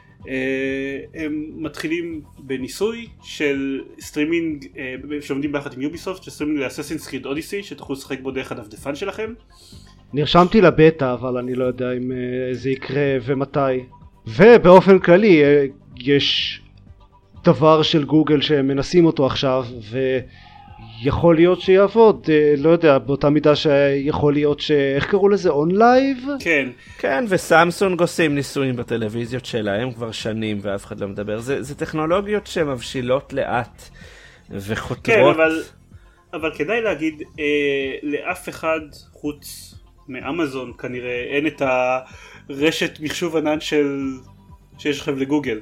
הם מתחילים בניסוי של סטרימינג שעומדים ביחד עם יוביסופט, של סטרימינג לאססינס קריד אודיסי, שתוכלו לשחק בו דרך הדפדפן שלכם. נרשמתי לבטא, אבל אני לא יודע אם זה יקרה ומתי. ובאופן כללי יש דבר של גוגל שמנסים אותו עכשיו, ו... יכול להיות שיעבוד, לא יודע, באותה מידה שיכול להיות ש... איך קראו לזה? אונלייב? כן. כן, וסמסונג עושים ניסויים בטלוויזיות שלהם כבר שנים ואף אחד לא מדבר. זה, זה טכנולוגיות שמבשילות לאט וחותרות. כן, אבל, אבל כדאי להגיד, אה, לאף אחד חוץ מאמזון כנראה אין את הרשת מחשוב ענן של... שיש לכם לגוגל.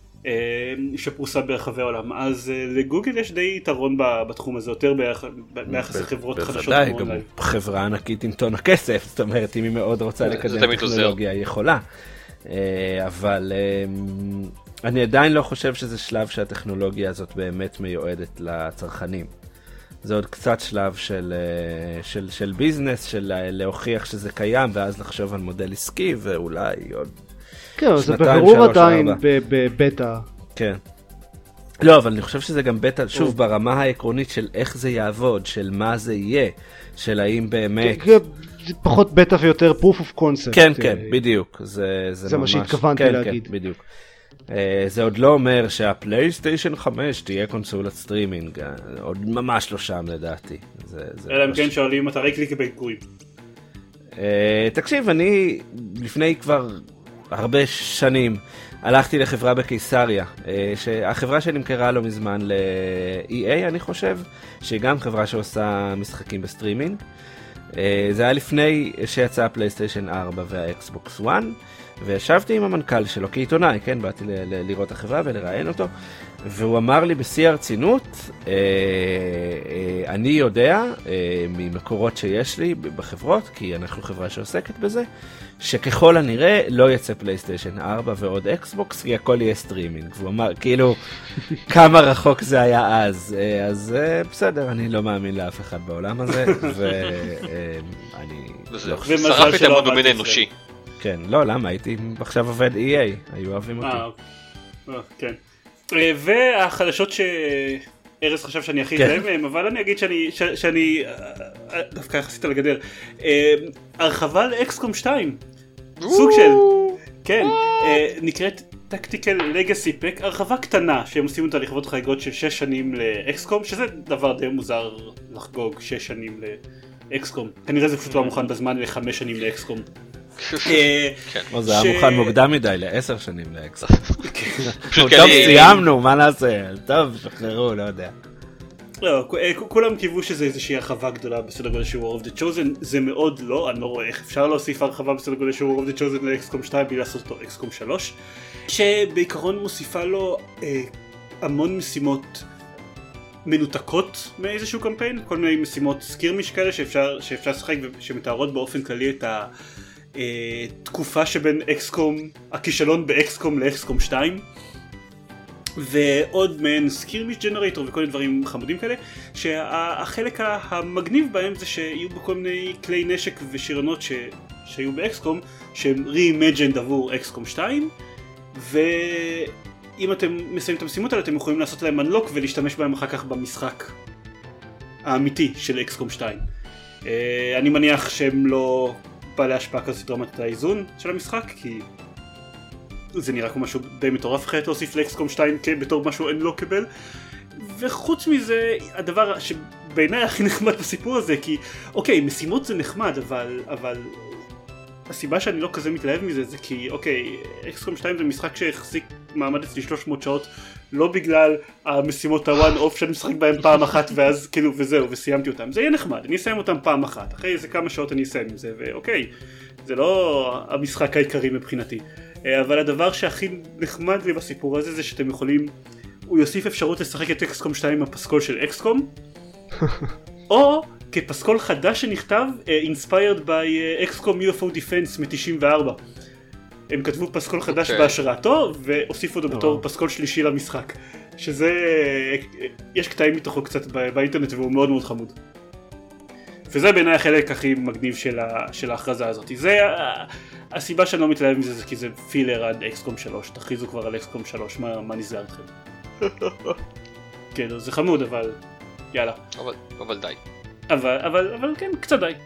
שפרוסה ברחבי העולם, אז לגוגל יש די יתרון בתחום הזה, יותר ביחס לחברות חדשות. בוודאי, גם חברה ענקית עם טון הכסף, זאת אומרת, אם היא מאוד רוצה לקדם טכנולוגיה, היא יכולה. אבל אני עדיין לא חושב שזה שלב שהטכנולוגיה הזאת באמת מיועדת לצרכנים. זה עוד קצת שלב של, של, של ביזנס, של להוכיח שזה קיים, ואז לחשוב על מודל עסקי, ואולי עוד... כן, זה בבירור עדיין בבטא. כן. לא, אבל אני חושב שזה גם בטא, שוב, ברמה העקרונית של איך זה יעבוד, של מה זה יהיה, של האם באמת... זה פחות בטא ויותר proof of concept. כן, כן, בדיוק. זה מה שהתכוונתי להגיד. בדיוק. זה עוד לא אומר שהפלייסטיישן חמש תהיה קונסולת סטרימינג, עוד ממש לא שם לדעתי. אלא אם כן שואלים אתה קליק ביקורים. תקשיב, אני לפני כבר הרבה שנים הלכתי לחברה בקיסריה, שהחברה שנמכרה לא מזמן ל-אי איי אני חושב, שהיא גם חברה שעושה משחקים בסטרימינג. זה היה לפני שיצא הפלייסטיישן ארבע והאקסבוקס אחת, וישבתי עם המנכ"ל שלו כעיתונאי, כן, באתי ל- ל- לראות את החברה ולראיין אותו, והוא אמר לי בשיא הרצינות, אה, אה, אני יודע אה, ממקורות שיש לי בחברות, כי אנחנו חברה שעוסקת בזה, שככל הנראה לא יצא פלייסטיישן ארבע ועוד אקסבוקס, כי הכל יהיה סטרימינג. והוא אמר, כאילו, כמה רחוק זה היה אז. אה, אז אה, בסדר, אני לא מאמין לאף אחד בעולם הזה, ואני... לא חושב. שרף את המודומין האנושי. כן, לא, למה? הייתי עכשיו עובד אי איי, היו אוהבים אותי. אה, כן. והחדשות שארז חשב שאני הכי אתלהם מהם, אבל אני אגיד שאני דווקא יחסית על הגדר. הרחבה לאקסקום שתיים, סוג של, כן, נקראת טקטיקל לגאסי פק, הרחבה קטנה שהם עושים אותה לכבוד חגיגות של שש שנים לאקסקום, שזה דבר די מוזר לחגוג שש שנים לאקסקום. כנראה זה פשוט לא מוכן בזמן לחמש שנים לאקסקום. זה היה מוכן מוקדם מדי לעשר שנים לאקסבוקס. טוב, סיימנו, מה נעשה? טוב, שחררו, לא יודע. כולם קיוו שזה איזושהי הרחבה גדולה בסדר גודל של War of the Chosen, זה מאוד לא, אני לא רואה איך אפשר להוסיף הרחבה בסדר גודל של War of the Chosen לאקסקום שתיים בלי לעשות אותו אקסקום שלוש, שבעיקרון מוסיפה לו המון משימות מנותקות מאיזשהו קמפיין, כל מיני משימות סקירמיש כאלה שאפשר לשחק ושמתארות באופן כללי את ה... תקופה שבין אקסקום, הכישלון באקסקום לאקסקום שתיים, ועוד מעין סקירמיש ג'נרייטור וכל מיני דברים חמודים כאלה, שהחלק המגניב בהם זה שיהיו בכל מיני כלי נשק ושירונות ש... שהיו באקסקום שהם re-imagined עבור אקסקום שתיים, ואם אתם מסיימים את המשימות האלה אתם יכולים לעשות להם unlock ולהשתמש בהם אחר כך במשחק האמיתי של אקסקום שתיים. אני מניח שהם לא בא להשפעה כזאת דרמטית האיזון של המשחק, כי זה נראה כמו משהו די מטורף אחרת להוסיף לאקסקום שתיים בתור משהו אין לא קבל. וחוץ מזה, הדבר שבעיניי הכי נחמד בסיפור הזה, כי אוקיי, משימות זה נחמד, אבל, אבל הסיבה שאני לא כזה מתלהב מזה זה כי אוקיי, אקסקום שתיים זה משחק שהחזיק מעמד אצלי שלוש מאות שעות, לא בגלל המשימות הוואן אוף שאני משחק בהם פעם אחת ואז כאילו וזהו וסיימתי אותם. זה יהיה נחמד, אני אסיים אותם פעם אחת, אחרי איזה כמה שעות אני אסיים עם זה, ואוקיי, זה לא המשחק העיקרי מבחינתי. אבל הדבר שהכי נחמד לי בסיפור הזה זה שאתם יכולים, הוא יוסיף אפשרות לשחק את אקסקום שתיים עם הפסקול של אקסקום, או כפסקול חדש שנכתב, inspired by אקסקום יו אף או Defense מ-תשעים וארבע. הם כתבו פסקול חדש okay. בהשראתו והוסיפו אותו בתור oh. פסקול שלישי למשחק, שזה, יש קטעים מתוכו קצת באינטרנט והוא מאוד מאוד חמוד, וזה בעיניי החלק הכי מגניב של, ה, של ההכרזה הזאת. זה הסיבה שאני לא מתלהב מזה, זה כי זה פילר עד אקסקום שלוש, תכריזו כבר על אקסקום שלוש, מה, מה נזהר אתכם? כן, זה חמוד, אבל יאללה. אבל, אבל די. אבל, אבל, אבל כן, קצת די.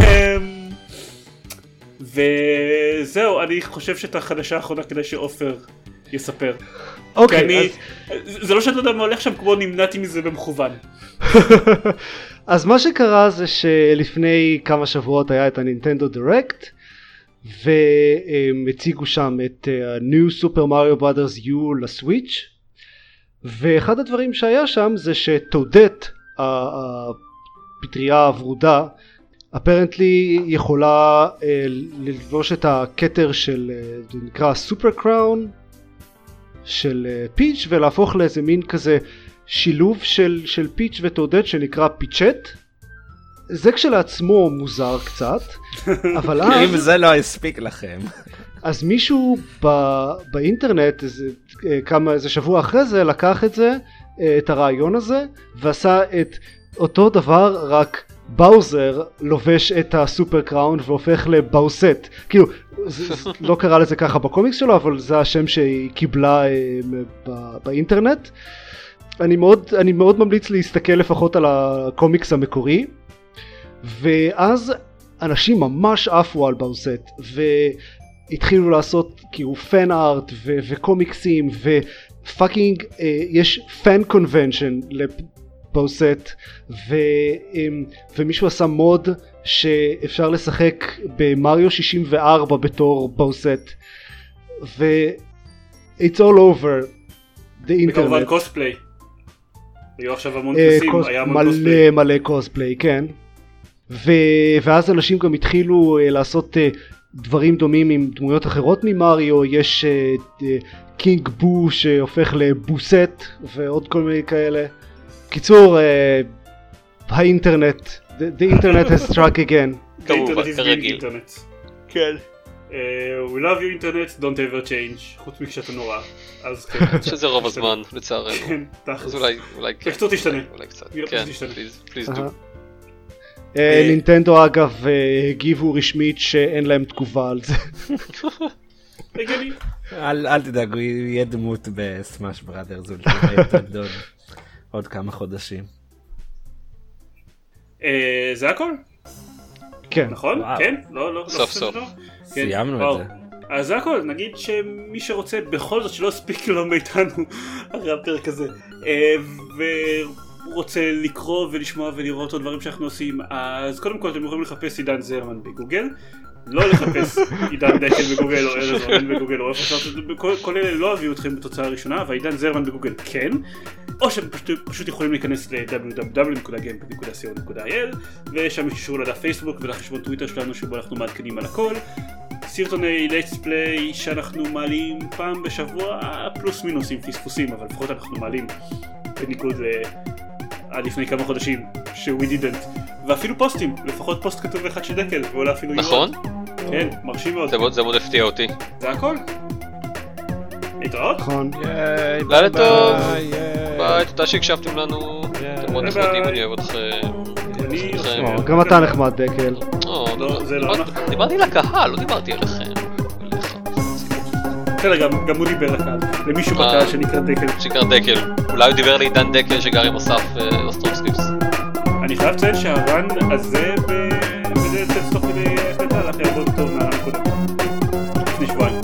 וזהו, אני חושב שאת החדשה האחרונה כדי שאופר יספר. אוקיי, אני, אז... זה לא שאני לא יודע מה הולך שם, כמו נמנעתי מזה במכוון. אז מה שקרה זה שלפני כמה שבועות היה את הנינטנדו דירקט, והם הציגו שם את New Super Mario Brothers U לסוויץ', ואחד הדברים שהיה שם זה שטודט, הפטריה הוורודה, אפרנטלי יכולה אה, ללבוש את הכתר של, אה, זה נקרא סופר קראון של אה, פיץ' ולהפוך לאיזה מין כזה שילוב של, של פיץ' וטודט שנקרא פיצ'ט. זה כשלעצמו מוזר קצת, אבל אז... אם זה לא הספיק לכם. אז מישהו בא, באינטרנט איזה, כמה, איזה שבוע אחרי זה לקח את זה, את הרעיון הזה, ועשה את אותו דבר רק באוזר לובש את הסופר קראון והופך לבאוסט. כאילו, זה, זה לא קרה לזה ככה בקומיקס שלו, אבל זה השם שהיא קיבלה אה, בא, באינטרנט. אני מאוד, אני מאוד ממליץ להסתכל לפחות על הקומיקס המקורי, ואז אנשים ממש עפו על באוסט, התחילו לעשות כאילו פן ארט ו- וקומיקסים ופאקינג uh, יש פן קונבנשן לבוסט ו- um, ומישהו עשה מוד שאפשר לשחק במריו שישים וארבע בתור בוסט ו it's all over the internet. וכמובן קוספליי. היו עכשיו המון כנסים, היה המון מלא קוספליי. מלא קוספליי, כן. ו- ואז אנשים גם התחילו uh, לעשות uh, דברים דומים עם דמויות אחרות ממריו, יש uh, קינג בו שהופך לבוסט ועוד כל מיני כאלה. קיצור, uh, האינטרנט, the, the internet has struck again. כמובן, כרגיל. כן. Uh, we love you internet, don't ever change, חוץ מכשאתה נורא, אז כן. שזה רוב הזמן, לצערנו. כן, תכלס. אז אולי, אולי כן. פשוט תשתנה. אולי קצת. נראה כן, פשוט תשתנה. please do. נינטנדו אגב הגיבו רשמית שאין להם תגובה על זה. הגיוני. אל תדאג, הוא יהיה דמות בסמאש בראדרס אולטימייט עוד כמה חודשים. זה הכל? כן. נכון? כן? לא, לא. סוף סוף. סיימנו את זה. אז זה הכל, נגיד שמי שרוצה בכל זאת שלא הספיק לו מאיתנו אחרי הפרק הזה ורוצה לקרוא ולשמוע ולראות עוד דברים שאנחנו עושים, אז קודם כל אתם יכולים לחפש עידן זרמן בגוגל, לא לחפש עידן דקל בגוגל או ארז רונן בגוגל או איפה כל אלה לא הביאו אתכם בתוצאה הראשונה, והעידן זרמן בגוגל כן, או שאתם פשוט יכולים להיכנס ל-דאבליו דאבליו דאבליו נקודה גיימפד נקודה סי או נקודה איי אל ושם יש קישור לדף פייסבוק ולחשבון טוויטר שלנו שבו אנחנו מעדכנים על הכל, סרטוני let's play שאנחנו מעלים פעם בשבוע פלוס מינוס עם פספוסים, אבל לפחות אנחנו מעלים בניגוד עד לפני כמה חודשים ש- we didn't, ואפילו פוסטים, לפחות פוסט כתוב אחד של דקל ואולי אפילו נכון? כן, מרשים מאוד. זה מאוד הפתיע אותי. זה הכל. להתראות? נכון. לילה טוב. ביי, תודה שהקשבתם לנו. אתם מאוד נחמדים, אני אוהב אתכם. גם אתה נחמד דקל. דיברתי לקהל, לא דיברתי עליכם. בסדר, גם הוא דיבר לקהל. למישהו בקהל שנקרא דקל. שנקרא דקל. אולי הוא דיבר לעידן דקל שגר עם אסף אוסטרובסקיפס. אני חייב לציין שהרן הזה בזה יצא תוך כדי החלטה הלך יעבוד טוב מהרן קודם. לפני שבועיים.